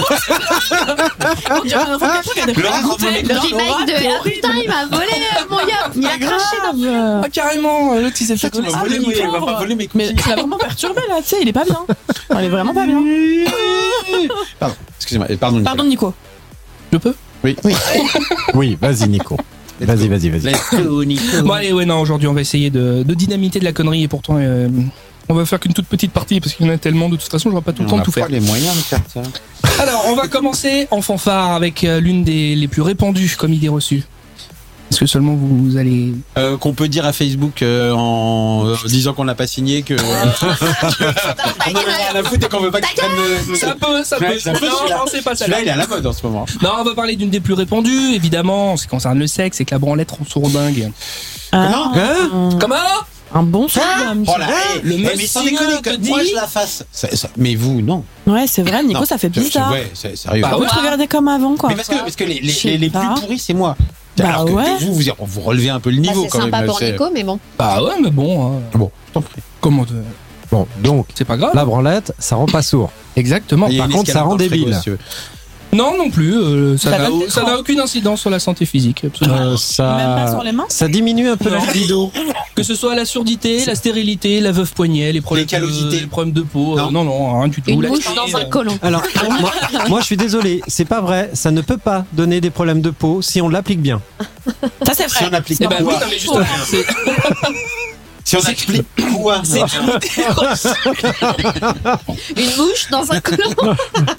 D: On dirait un truc qu'elle a
E: Laura,
D: goûté.
E: reprends mes
A: Le
D: Non,
A: remake
D: Laura,
A: de.
D: c'est
A: Ah
D: horrible.
A: putain, il m'a volé euh, mon yop. Il a craché dans
D: Grave.
B: Ah, carrément, l'autre il s'est fait
E: Tu m'as
D: Ah,
E: volé,
D: le
E: mais elle va
D: pauvre.
E: pas voler mes
D: Mais
E: cookies.
D: tu l'as vraiment perturbé là, tu sais, il est pas bien. Non, il est vraiment pas bien.
E: Pardon, excusez-moi, pardon.
D: Pardon, Nico.
B: Je peux
C: Oui, vas-y Nico. Vas-y, vas-y, vas-y.
E: Let's go, Nico.
B: Bon, allez, ouais, non, aujourd'hui on va essayer de, de dynamiter de la connerie et pourtant. euh, on va faire qu'une toute petite partie parce qu'il y en a tellement, de toute façon, j'aurai pas tout le
E: On
B: temps de
E: a
B: tout
E: pas
B: faire.
E: les moyens de faire ça.
B: Alors, on va commencer en fanfare avec euh, l'une des les plus répandues comme idée reçue. Est-ce que seulement vous allez.
E: Euh, qu'on peut dire à Facebook euh, en euh, disant qu'on n'a pas signé que. on en a rien à foutre et qu'on veut pas qu'ils prennent le.
B: Ça peut, ça peut.
E: Ouais, ça peut,
B: non,
E: celui-là.
B: non, c'est pas ça.
E: Celui-là, il est à la mode en ce moment.
B: Non, on va parler d'une des plus répandues, évidemment, en ce qui concerne le sexe, et que la branlette rend sourdingue.
E: Comment
C: Hein
B: Comment
D: Un bon sourd.
E: Oh là, hey,
B: Le
E: hey, mais
B: monsieur
E: sans déconner, que
B: te
E: moi
B: dit-
E: je la fasse. Ça- ça- mais vous, non.
D: Ouais, c'est vrai, Nico,
E: Non.
D: ça fait
E: Je- je-
D: bizarre.
E: Ouais, c'est sérieux.
B: Bah
D: Vous
B: ouais.
D: te regardez comme avant, quoi.
E: Mais parce que, parce que les, les,
D: Je sais
E: les, les
D: pas.
E: plus pourris, c'est moi.
D: Bah
E: Alors que
D: ouais.
E: vous, vous, vous relevez un peu le
A: Bah,
E: niveau
A: c'est
E: quand
A: sympa
E: même.
A: pour
E: c'est-
A: Nico, mais bon.
B: Bah ouais, mais bon. hein.
E: Bon, je t'en prie.
B: Comment te...
C: Bon, donc,
B: C'est pas grave.
C: la branlette, ça rend pas sourd.
B: Exactement.
E: Il y a
C: Par
E: une
C: contre, ça
E: escalade
C: rend
E: dans le frigo,
C: débile.
E: si tu veux.
B: Non, non plus. euh, ça
D: Ça
B: n'a
D: donne
B: au-
D: des
B: ça n'a aucune incidence sur la santé physique. Absolument.
C: Euh,
D: Même pas
C: ça,
D: sur les mains.
C: ça diminue un peu la libido.
B: Que ce soit la surdité, la stérilité, la veuve poignet, les problèmes,
E: Les callosités.
B: de, les problèmes de peau. euh,
E: Non.
B: Non, non, rien du tout.
A: Une
B: La
A: mouche
B: clé,
A: dans un
B: euh,
A: côlon.
C: Alors, moi, moi, je suis désolé, c'est pas vrai. Ça ne peut pas donner des problèmes de peau si on l'applique bien.
D: Ça, c'est
E: Si
D: vrai.
E: on applique
B: Eh ben oui,
E: quoi
B: non, mais justement, c'est
E: Si on explique quoi
B: c'est une idée reçue.
A: Une mouche dans un côlon.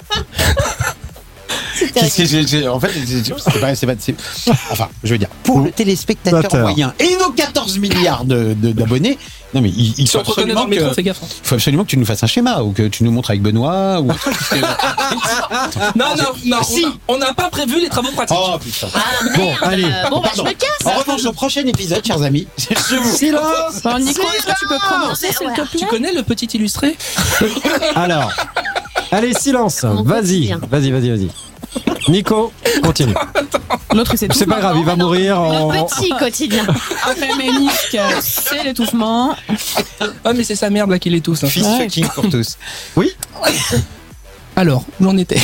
A: C'est terrible.
E: Qu'est-ce que j'ai- j'ai- En fait, c'est c'est pas, c'est pas, c'est- enfin, je veux dire, pour le téléspectateur
C: Spectateur.
E: moyen et nos quatorze milliards de- de- d'abonnés, non mais il, il
B: Si
E: faut
B: on te reconnaît dans
E: absolument
B: le métro,
E: que,
B: fais gaffe.
E: faut absolument que tu nous fasses un schéma ou que tu nous montres avec Benoît ou. un truc, parce que-
B: Non, non, non.
E: Si.
B: On n'a pas prévu les travaux pratiques.
E: Oh putain.
C: Bon, allez.
A: Euh, bon, bah, je me casse.
E: En revanche, au prochain épisode, chers amis, je vous.
C: Silence.
D: Bon, Nico, est-ce que tu peux commencer, s'il te
B: Tu
D: plaît?
B: connais le petit illustré?
C: Alors, allez, silence.
A: Mon
C: Vas-y,
A: quotidien.
C: vas-y, vas-y, vas-y. Nico, continue.
D: L'autre, c'est
C: C'est pas grave, il va mourir en.
A: Le petit quotidien.
D: Après Ménisque, c'est l'étouffement.
B: Ah, mais c'est sa merde là qui les tousse. hein.
E: Fist fucking pour tous.
B: Alors, où j'en étais?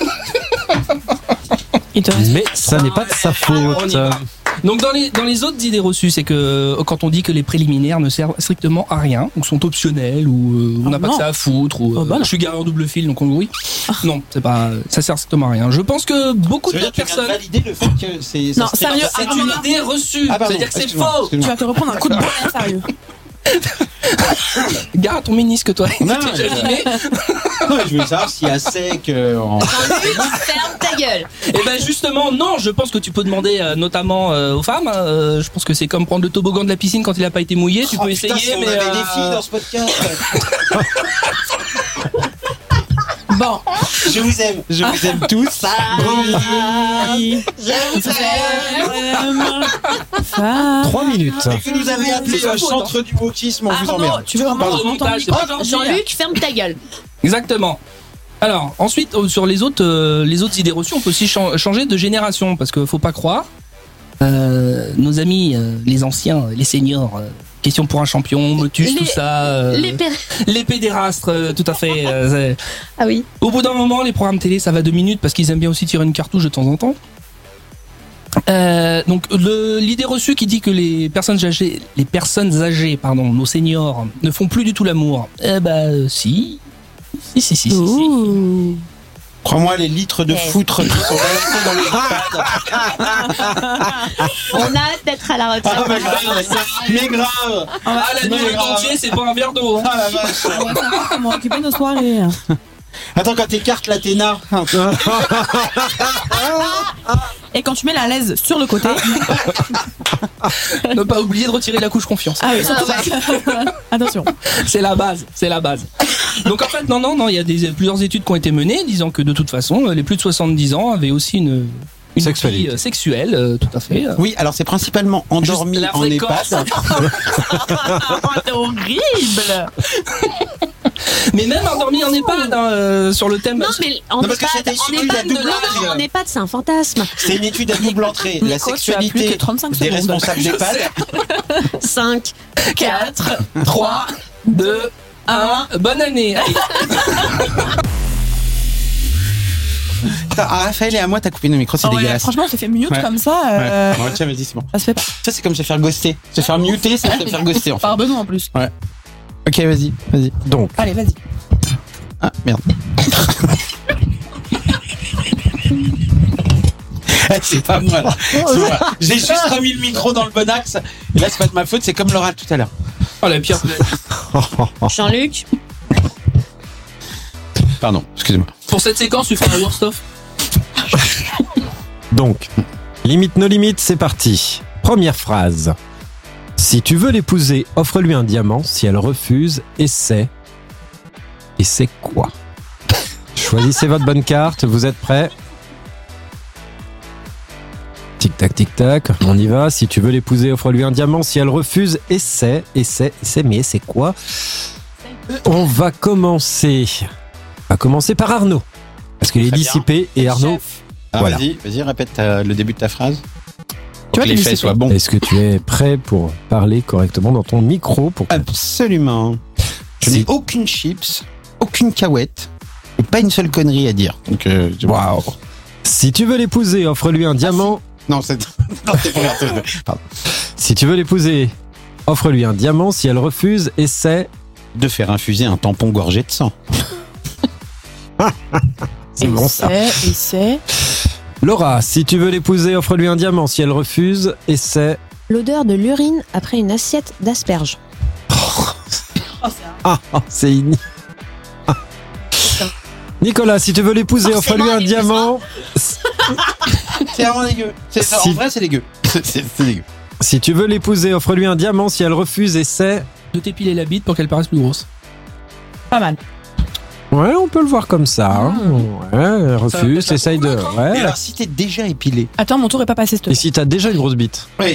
D: Il te reste.
C: Mais ça n'est pas de sa
B: On
C: faute.
B: y va. Donc dans les dans les autres idées reçues, c'est que euh, quand on dit que les préliminaires ne servent strictement à rien, ou sont optionnels, ou euh, on n'a
D: Ah
B: pas
D: non.
B: que ça à foutre, ou
D: Oh, bah
B: euh,
D: non.
B: je suis garé en double fil, donc on oui. Non, c'est pas, ça sert strictement à rien. Je pense que beaucoup
E: Ça veut
B: de
E: dire que tu viens de
B: personnes.
E: valider le fait que c'est.
D: Non,
E: ça se fait
D: sérieux,
E: pas-
B: C'est
D: ah,
B: une
D: non,
B: idée reçue.
E: Ah, pardon,
B: C'est-à-dire que c'est
E: excuse-moi,
B: faux.
E: excuse-moi.
D: Tu vas te reprendre un coup de bonnet, sérieux.
B: Gare ton ménisque, toi.
E: Non,
B: T'es déjà allumé
E: Non, mais je voulais savoir si à sec. euh, en-
A: Ferme ta gueule.
B: Eh ben justement, non. Je pense que tu peux demander, euh, notamment euh, aux femmes. euh, je pense que c'est comme prendre le toboggan de la piscine quand il a pas été mouillé. Tu
E: Oh,
B: peux
E: putain,
B: essayer,
E: si on
B: mais
E: avait
B: euh,
E: des filles dans ce podcast.
D: Bon,
E: Je vous aime, je vous aime tous.
C: Trois minutes.
E: Vous nous avez appelé
B: C'est
E: le
B: pas faux,
E: centre du wokisme, on vous
D: Arnaud,
E: emmerde.
D: tu veux vraiment
B: Pardon,
D: entendre
B: montage,
D: Nico
B: c'est pas
D: aujourd'hui?
A: Jean-Luc, ferme ta gueule.
B: Exactement. Alors, ensuite, euh, sur les autres, euh, les autres idées reçues, on peut aussi chan- changer de génération, parce qu'il faut pas croire. Euh, nos amis, euh, les anciens, les seniors, euh, question pour un champion, Motus,
A: Les-
B: tout ça, euh,
A: Les pères.
B: les pédérastres, euh, tout à fait. euh, c'est-
A: Ah oui.
B: Au bout d'un moment, les programmes télé, ça va deux minutes, parce qu'ils aiment bien aussi tirer une cartouche de temps en temps. Euh, donc le- l'idée reçue qui dit que les personnes âgées, les personnes âgées, pardon, nos seniors, ne font plus du tout l'amour. Eh ben si, si, si, si, si. si.
E: Crois-moi, les litres de foutre qui sont balancés dans les EHPAD.
A: On a hâte d'être à la
E: Ah,
A: retraite.
E: mais grave, mais grave.
B: Ah la nuit
E: Mais grave.
B: entier, c'est pas un verre d'eau. Hein.
E: Ah la vache.
D: On va savoir comment occuper nos soirées.
E: Attends, quand t'écartes la ténard.
D: Et quand tu mets la laise sur le côté.
B: Ne pas oublier de retirer la couche confiance.
D: Ah oui, surtout ça. Attention.
B: C'est la base, c'est la base. Donc en fait, non, non, non, il y a des, plusieurs études qui ont été menées disant que de toute façon, les plus de soixante-dix ans avaient aussi une, une
C: Sexualité.
B: vie, euh, sexuelle, euh, tout à fait.
E: Oui, alors c'est principalement endormi
B: Juste la
E: en
B: fréquence.
E: EHPAD.
D: C'est horrible.
B: Mais même endormi en EHPAD, hein, euh, sur le thème.
A: Non, mais en
E: Non, parce que
A: EHPAD,
E: c'était
A: en
E: issu de la
A: EHPAD,
E: double
A: non,
E: entrée.
A: non, en EHPAD, c'est un fantasme.
E: C'est une étude à double entrée. La
D: Nico, tu as plus
E: sexualité
D: que trente-cinq
E: des
D: secondes.
E: responsables d'EHPAD.
A: cinq.
B: quatre, trois, deux, un. Bonne année. Allez.
E: Putain, ah, Raphaël et à moi, t'as coupé nos micros, c'est
D: Ah ouais,
E: dégueulasse.
D: franchement, on s'est fait mute
E: Ouais.
D: comme ça. euh,
E: Ouais. Ouais, tiens, vas-y, c'est bon.
D: Ça se fait pas.
E: Ça, c'est comme se faire ghoster. Se faire muter, c'est se faire ghoster, en fait.
D: Par Benoît en plus.
E: Ok, vas-y, vas-y.
C: Donc,
D: Allez, vas-y.
E: Ah, merde. Eh, c'est pas moi, là. C'est moi. J'ai juste remis le micro dans le bon axe. Et là, c'est pas de ma faute, c'est comme l'oral tout à l'heure.
B: Oh la pire.
A: Jean-Luc.
E: Pardon, excusez-moi.
B: Pour cette séquence, tu feras un worst of.
C: donc, limite no limite, c'est parti. Première phrase. Si tu veux l'épouser, offre-lui un diamant. Si elle refuse, essaie. Et c'est quoi? Choisissez votre bonne carte. Vous êtes prêts? Tic tac tic tac. On y va. Si tu veux l'épouser, offre-lui un diamant. Si elle refuse, essaie. Essaie. Essaie. Mais c'est quoi? On va commencer. On va commencer par Arnaud. Parce qu'il est
E: Très bien.
C: dissipé et Arnaud.
E: Ah,
C: Voilà.
E: vas-y, vas-y, répète ta- le début de ta phrase.
D: Tu
E: Pour
D: vois,
E: que les
D: t'es
E: faits soient bons.
C: Est-ce que tu es prêt pour parler correctement dans ton micro pour...
E: Absolument. Je n'ai aucune chips, aucune cahouette, et pas une seule connerie à dire. Donc, euh, waouh.
C: Si tu veux l'épouser, offre-lui un diamant.
E: Non, c'est non, c'est pour Pardon.
C: Si tu veux l'épouser, offre-lui un diamant. Si elle refuse, essaie.
E: De faire infuser un tampon gorgé de sang.
C: C'est
D: Et
C: bon ça.
D: c'est, et c'est.
C: Laura, si tu veux l'épouser, offre-lui un diamant. Si elle refuse, essaie.
A: L'odeur de l'urine après une assiette d'asperges.
C: Ah, ah, c'est igni. Ah. Nicolas, si tu veux l'épouser, offre-lui un diamant.
E: C'est vraiment dégueu. C'est,
C: Si-
E: En vrai, c'est dégueu. C'est, c'est, c'est dégueu.
C: Si tu veux l'épouser, offre-lui un diamant. Si elle refuse, essaie.
B: De t'épiler la bite pour qu'elle paraisse plus grosse.
D: Pas mal.
C: Ouais, on peut le voir comme ça. hein. Ouais, elle refuse,
B: Ça-
C: essaye de.
E: Et
C: Ouais.
E: alors, si t'es déjà épilé.
D: Attends, mon tour est pas passé, s'il te
C: Et
D: plaît.
C: si t'as déjà une grosse bite.
E: Oui.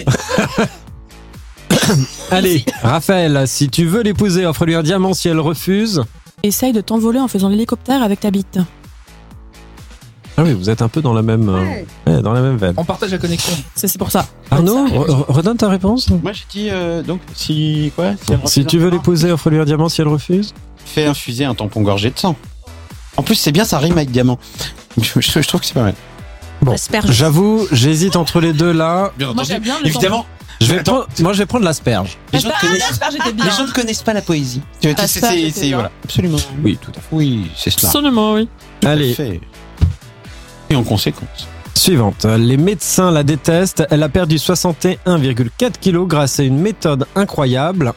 C: Allez, Raphaël, si tu veux l'épouser, offre-lui un diamant. Si elle refuse.
D: Essaye de t'envoler en faisant l'hélicoptère avec ta bite.
C: Ah oui, vous êtes un peu dans la même, euh, ouais, dans la même veine.
B: On partage la connexion.
D: C'est, c'est pour ça.
C: Arnaud, re- redonne ta réponse.
E: Moi, j'ai dit, euh, donc, si, quoi? Si, elle
C: Si
E: refuse
C: tu
E: un
C: veux
E: diamant,
C: l'épouser, offre-lui un diamant. Si elle refuse.
E: fais infuser un tampon gorgé de sang. En plus, c'est bien, ça rime avec diamant. Je, je- je trouve que c'est pas mal.
C: Bon,
A: Asperges.
C: j'avoue, j'hésite entre les deux là.
E: Bien
D: Moi, j'aime bien le
E: Évidemment,
C: Je vais
E: Attends,
C: prendre, moi, je vais prendre l'asperge.
E: les gens, ne connaissent,
D: L'asperge était bien.
E: les gens ne connaissent pas la poésie. Tu vois, c'est,
D: Asperge,
E: c'est,
D: c'était
E: c'est-
D: bien.
E: voilà. Absolument.
C: Oui, tout à fait.
E: Oui, c'est cela.
D: Absolument, oui.
C: Allez,
E: Fait. Et en conséquence.
C: suivante. Les médecins la détestent. Elle a perdu soixante et un virgule quatre kilos grâce à une méthode incroyable.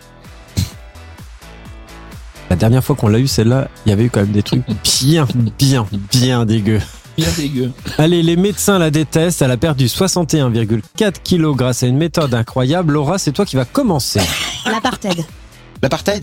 C: La dernière fois qu'on l'a eu, celle-là, il y avait eu quand même des trucs bien, bien, bien dégueux.
B: Bien dégueu.
C: Allez, les médecins la détestent. Elle a perdu soixante et un virgule quatre kilos grâce à une méthode incroyable. Laura, c'est toi qui vas commencer.
A: L'apartheid.
E: L'apartheid.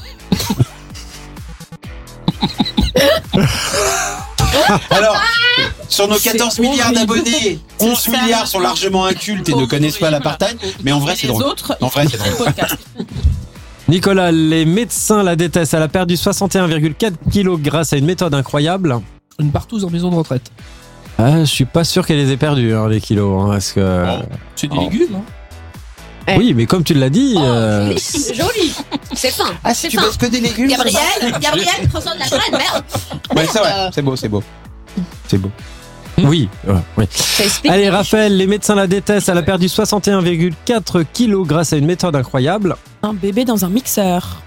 E: Alors, sur nos quatorze milliards d'abonnés, onze
D: ça.
E: milliards sont largement incultes et ne connaissent pas l'apartheid. Mais en vrai, c'est
D: les
E: drôle.
D: autres,
E: En vrai, c'est drôle.
D: podcast.
C: Nicolas, les médecins la détestent. Elle a perdu soixante et un virgule quatre kilos grâce à une méthode incroyable.
B: Une partouze en maison de retraite.
C: Ah, je suis pas sûr qu'elle les ait perdus, hein, les kilos. Hein, parce que...
E: Bon.
B: C'est des
C: Oh.
B: légumes, hein.
C: Oui, mais comme tu l'as dit... euh,
A: C'est joli. C'est fin.
E: Ah, si tu baisses que des légumes.
A: Gabriel, Gabriel, François de la graine, merde.
E: Ouais, c'est vrai.
A: Euh,
E: C'est beau, c'est beau. C'est beau.
C: Oui, ouais, oui.
A: Ça explique.
C: Allez, Raphaël, les médecins la détestent. Elle a perdu soixante et un virgule quatre kilos grâce à une méthode incroyable.
D: Un bébé dans un mixeur.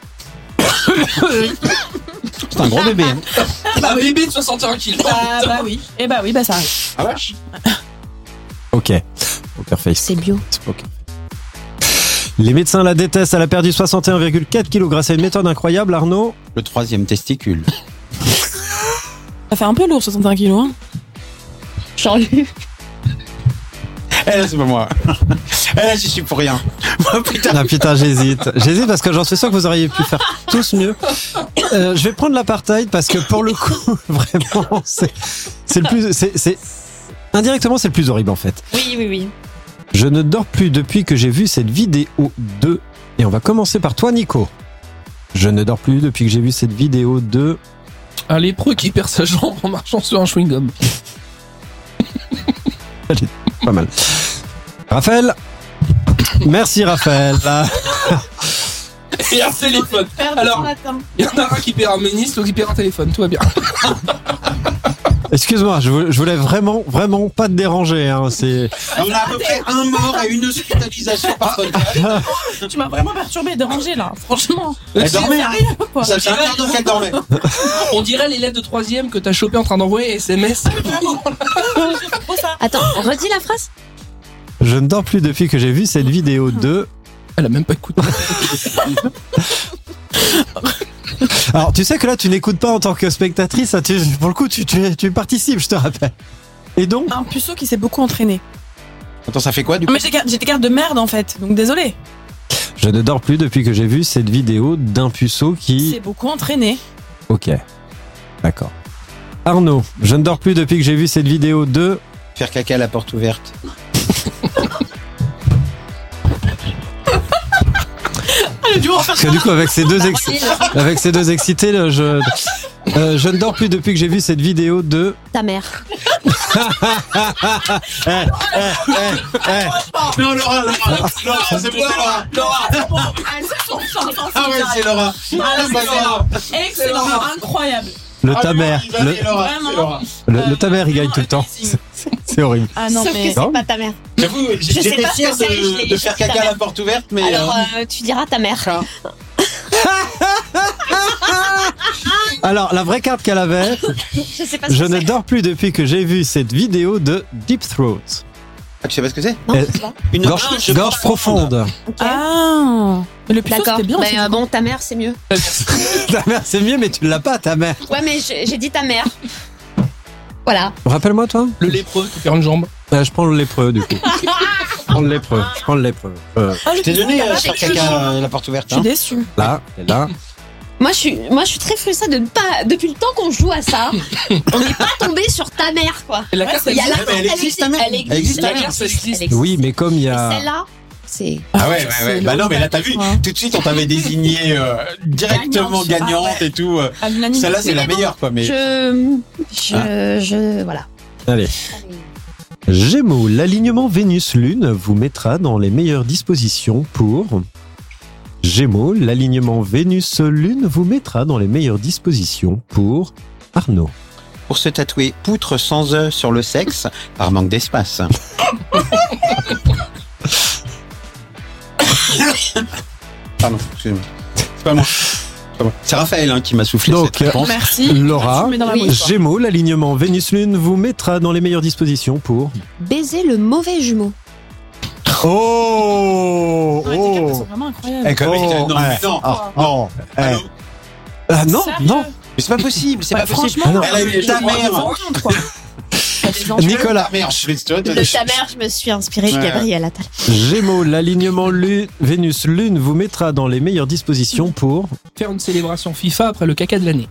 E: C'est un gros bébé. Hein.
B: Un bébé de soixante et un kilos.
D: Ah bah oui. Eh bah oui, bah ça arrive.
E: Ah vache.
C: Ok. Poker face.
A: C'est bio.
C: C'est poker face. Les médecins la détestent. Elle a perdu soixante et un virgule quatre kilos grâce à une méthode incroyable. Arnaud?
E: Le troisième testicule.
D: Ça fait un peu lourd, soixante et un kilos. Hein.
A: Chandu.
E: Eh là, c'est pas moi. Eh là, j'y suis pour rien. Oh, putain.
C: Ah putain, j'hésite. J'hésite parce que j'en suis sûr que vous auriez pu faire tous mieux. Euh, je vais prendre l'apartheid parce que pour le coup, vraiment, c'est, c'est le plus, c'est, c'est, indirectement, c'est le plus horrible en fait.
A: Oui, oui, oui.
C: Je ne dors plus depuis que j'ai vu cette vidéo de, et on va commencer par toi, Nico. Je ne dors plus depuis que j'ai vu cette vidéo de,
B: Un lépreux qui perd sa jambe en marchant sur un chewing-gum.
C: pas mal. Raphaël. Merci Raphaël.
B: Et un téléphone. Alors, il y en a un qui perd un ministre, l'autre qui perd un téléphone. Tout va bien.
C: Excuse-moi, je, vou- je voulais vraiment, vraiment pas te déranger. Hein, c'est...
E: On a à peu près un mort et une hospitalisation par podcast.
D: Tu m'as vraiment perturbé, dérangé là, franchement.
E: Elle dormait. hein.
D: Quoi.
E: Ça fait un quart d'heure qu'elle dormait.
B: On dirait l'élève de troisième que t'as chopé en train d'envoyer S M S.
A: Attends, redis la phrase.
C: Je ne dors plus depuis que j'ai vu cette vidéo de...
B: Elle a même pas écouté.
C: Alors, tu sais que là, tu n'écoutes pas en tant que spectatrice. hein, tu- pour le coup, tu, tu, tu participes, je te rappelle. Et donc,
D: Un puceau qui s'est beaucoup entraîné.
E: Attends, ça fait quoi du coup?
D: Mais j'ai j'ai des cartes de merde en fait, donc désolé.
C: je ne dors plus depuis que j'ai vu cette vidéo d'un puceau
D: Il
C: qui...
D: s'est beaucoup entraîné.
C: Ok, d'accord. Arnaud, je ne dors plus depuis que j'ai vu cette vidéo de...
E: Faire caca à la porte ouverte.
C: Parce que du coup, avec ces deux, ex- avec ces deux excités, là, je... euh, je ne dors plus depuis que j'ai vu cette vidéo de...
A: Ta mère.
E: Non, Laura, Laura, Laura, c'est bon, Laura.
D: Laura,
E: Ah ouais, c'est Laura.
D: Ah, c'est Laura. Excellent, incroyable.
C: Le
E: Ah,
C: ta mère.
E: il va
C: Le,
E: aller, Laura, c'est Laura.
C: le, le ta mère, il gagne tout le temps. C'est, c'est horrible.
D: Ah non,
A: Sauf
D: mais.
A: que c'est
C: Non.
A: pas ta mère.
E: J'avoue,
A: Je sais
E: j'étais
A: pas ce
E: fier
A: que c'est, je
E: de,
A: l'ai-
E: de
A: je
E: faire
A: sais ta
E: caca à la
A: mère.
E: porte ouverte, mais...
A: Alors,
E: euh,
A: euh, tu diras ta mère.
C: Alors, la vraie carte qu'elle avait,
A: Je sais pas ce
C: je
A: que
C: ne
A: c'est.
C: dors plus depuis que j'ai vu cette vidéo de Deep Throat.
E: Ah, tu sais pas ce que c'est?
A: Non,
C: Euh,
A: je sais pas.
E: Une
C: Gorge, gorge profonde.
A: Ok.
D: Ah. Mais le puceau,
A: D'accord.
D: c'était bien.
A: Mais
D: aussi.
A: euh, bon, ta mère, c'est mieux.
C: Ta mère, c'est mieux, mais tu l'as pas, ta mère.
A: Ouais, mais j'ai j'ai dit ta mère. Voilà.
C: Rappelle-moi, toi.
B: Le lépreux qui perd une jambe.
C: Euh, je prends le lépreux, du coup. Je prends le lépreux. Je prends le lépreux. Euh,
D: Ah,
E: Je t'ai
D: le
E: donné
D: puceau,
E: euh,
D: ça
E: faire
D: va, j'ai
E: caca
D: cru.
E: à la porte ouverte.
D: Je suis
E: Hein.
D: déçue.
C: là, et là.
A: Moi, je suis, moi, je suis très frustrée de ne pas, depuis le temps qu'on joue à ça, on n'est pas tombé sur ta mère, quoi.
B: Et la
D: Ouais,
B: carte,
D: c'est
A: Il y a
B: elle
A: la
E: mais elle
A: carte,
E: existe, ta mère.
A: Elle existe.
E: Elle existe,
A: elle
B: ta mère,
A: existe,
B: ça existe.
A: elle existe.
C: Oui, mais comme il y
A: Mais
C: a.
A: celle-là, c'est.
E: Ah ouais, ouais,
D: C'est
E: ouais.
D: le
E: Bah non, mais là,
D: haut
E: t'as vu,
D: quoi.
E: tout de suite, on t'avait désigné euh, directement
D: Gagnante.
E: gagnante
D: Ah ouais.
E: et tout. euh.
D: À l'unanimité.
E: Celle-là, c'est la meilleure, quoi. Mais
A: Je, je, je, voilà.
C: Allez. Gémeaux, l'alignement Vénus-Lune vous mettra dans les meilleures dispositions pour. Gémeaux, l'alignement Vénus-Lune vous mettra dans les meilleures dispositions pour. Arnaud.
E: pour se tatouer poutre sans E sur le sexe par manque d'espace. Pardon, excusez-moi. C'est pas moi. C'est pas moi. C'est Raphaël hein, qui m'a soufflé
C: Donc,
E: cette réponse.
D: Merci.
C: Laura,
D: Tu mets dans la
A: Oui.
D: bouche, quoi.
C: Gémeaux, l'alignement Vénus-Lune vous mettra dans les meilleures dispositions pour.
A: Baiser le mauvais jumeau.
C: Oh,
D: Ouais, tes cartes
C: oh.
D: sont vraiment incroyables.
E: Eh, comme il-
C: Oh,
E: non,
C: ouais.
E: non,
C: Ah, non, eh.
E: Allô
C: Ah, non,
D: Sérieux
C: non.
E: mais c'est pas possible, c'est
D: Bah,
E: pas possible.
D: franchement,
E: Elle a eu ta
D: je
E: mère.
D: crois qu'ils sont contents, quoi. T'as des enjeux.
C: Nicolas.
E: Ta mère, je suis toi, toi,
A: De ta mère, je me suis inspirée de
E: Ouais.
A: Gabriel Attal.
C: Gémeaux, l'alignement Lu- Vénus-Lune vous mettra dans les meilleures dispositions pour.
B: Faire une célébration FIFA après le caca de l'année.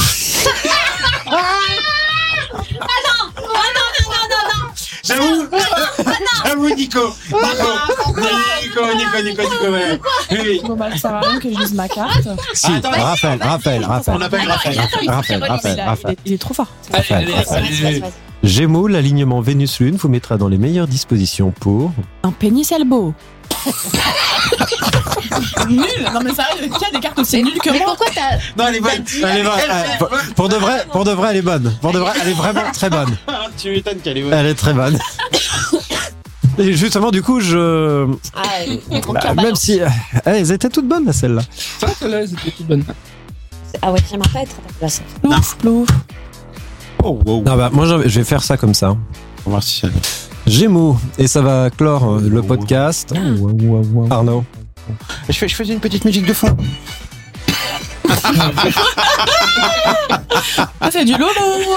E: J'avoue, j'avoue, Nico, Nico, Nico, Nico, Nico, Nico, ouais. Oui.
D: Bon, bah, ça sert à rien que je lise ma carte.
C: Si,
E: Attends,
C: Raphaël, Raphaël, Raphaël.
E: On appelle Raphaël.
C: Raphaël, Raphaël,
D: Il,
C: Raphaël,
D: a- il
C: Raphaël.
D: est, il est trop fort.
B: Allez,
C: Raphaël,
B: allez,
C: Raphaël.
B: allez.
A: Vas-y, vas-y.
C: Gémeaux, l'alignement Vénus-Lune vous mettra dans les meilleures dispositions pour.
D: Un pénis elbow. Nul. Non mais sérieux, qui a des cartes aussi nulles que
A: Mais
D: moi?
A: pourquoi t'as.
E: Non, elle est bonne.
C: Elle est bonne.
E: Elle
C: Euh,
E: fait-
C: pour, pour de vrai, pour de vrai, elle est bonne. Pour de vrai, elle est vraiment très bonne.
E: Tu m'étonnes qu'elle est bonne.
C: Elle est très bonne. Et justement, du coup, je.
A: Ah, on
C: Bah,
A: tire
C: même
A: balance.
C: si. euh, elles étaient toutes bonnes, là, celles-là.
B: Ça, celle-là, c'était toute bonne.
A: Ah ouais, j'aimerais pas être à ta place.
D: Plouf, plouf.
E: Oh, wow.
C: Ah bah, moi, je je vais faire ça comme ça.
E: On va voir si ça.
C: Gémeaux, et ça va clore euh, le podcast. Arnaud.
E: Je, fais, je faisais une petite musique de fond.
D: Ah, c'est du lolo.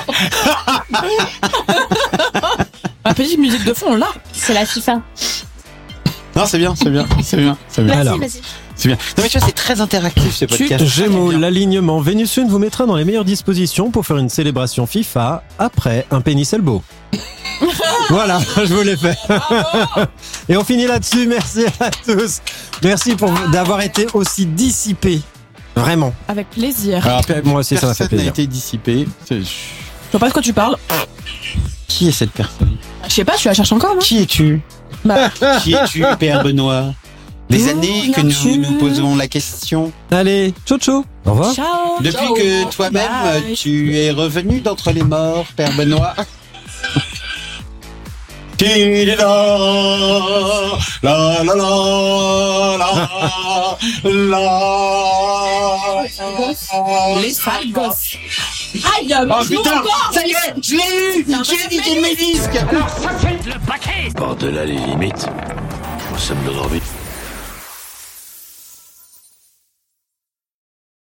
D: Ma petite musique de fond là.
A: C'est la FIFA.
E: Non, c'est bien, c'est bien, c'est bien, c'est bien.
A: Vas-y,
C: Alors.
A: vas-y.
E: C'est bien. Non, mais tu vois, c'est très interactif ce podcast.
C: Gémeaux, l'alignement Vénus-Lune vous mettra dans les meilleures dispositions pour faire une célébration FIFA après un pénis elbow. Voilà, je vous l'ai fait. Et on finit là-dessus. Merci à tous. Merci pour d'avoir été aussi dissipés. Vraiment.
D: Avec plaisir.
E: Alors,
C: Moi aussi, ça m'a fait
E: personne n'a
C: plaisir.
E: été dissipé. C'est-
D: Je vois pas de quoi tu parles.
E: Qui est cette personne?
D: Je sais pas, tu la cherches encore, non?
E: Qui es-tu?
D: Bah,
E: Qui es-tu, Père Benoît? Des
D: D'où
E: années que
D: viens-tu
E: nous nous posons la question.
C: Allez, ciao ciao. Au revoir.
D: ciao.
E: Depuis
B: Ciao.
E: que toi-même
D: Bye.
E: tu es revenu d'entre les morts, Père Benoît. Qui est là, la la la la la.
D: Les sales gosses. Aïe,
E: Oh
D: mange-nous
E: putain,
D: encore.
E: ça y est, je l'ai eu, j'ai édité mes disques.
F: Alors ça fait le paquet.
I: Par-delà les limites, nous sommes nos envies.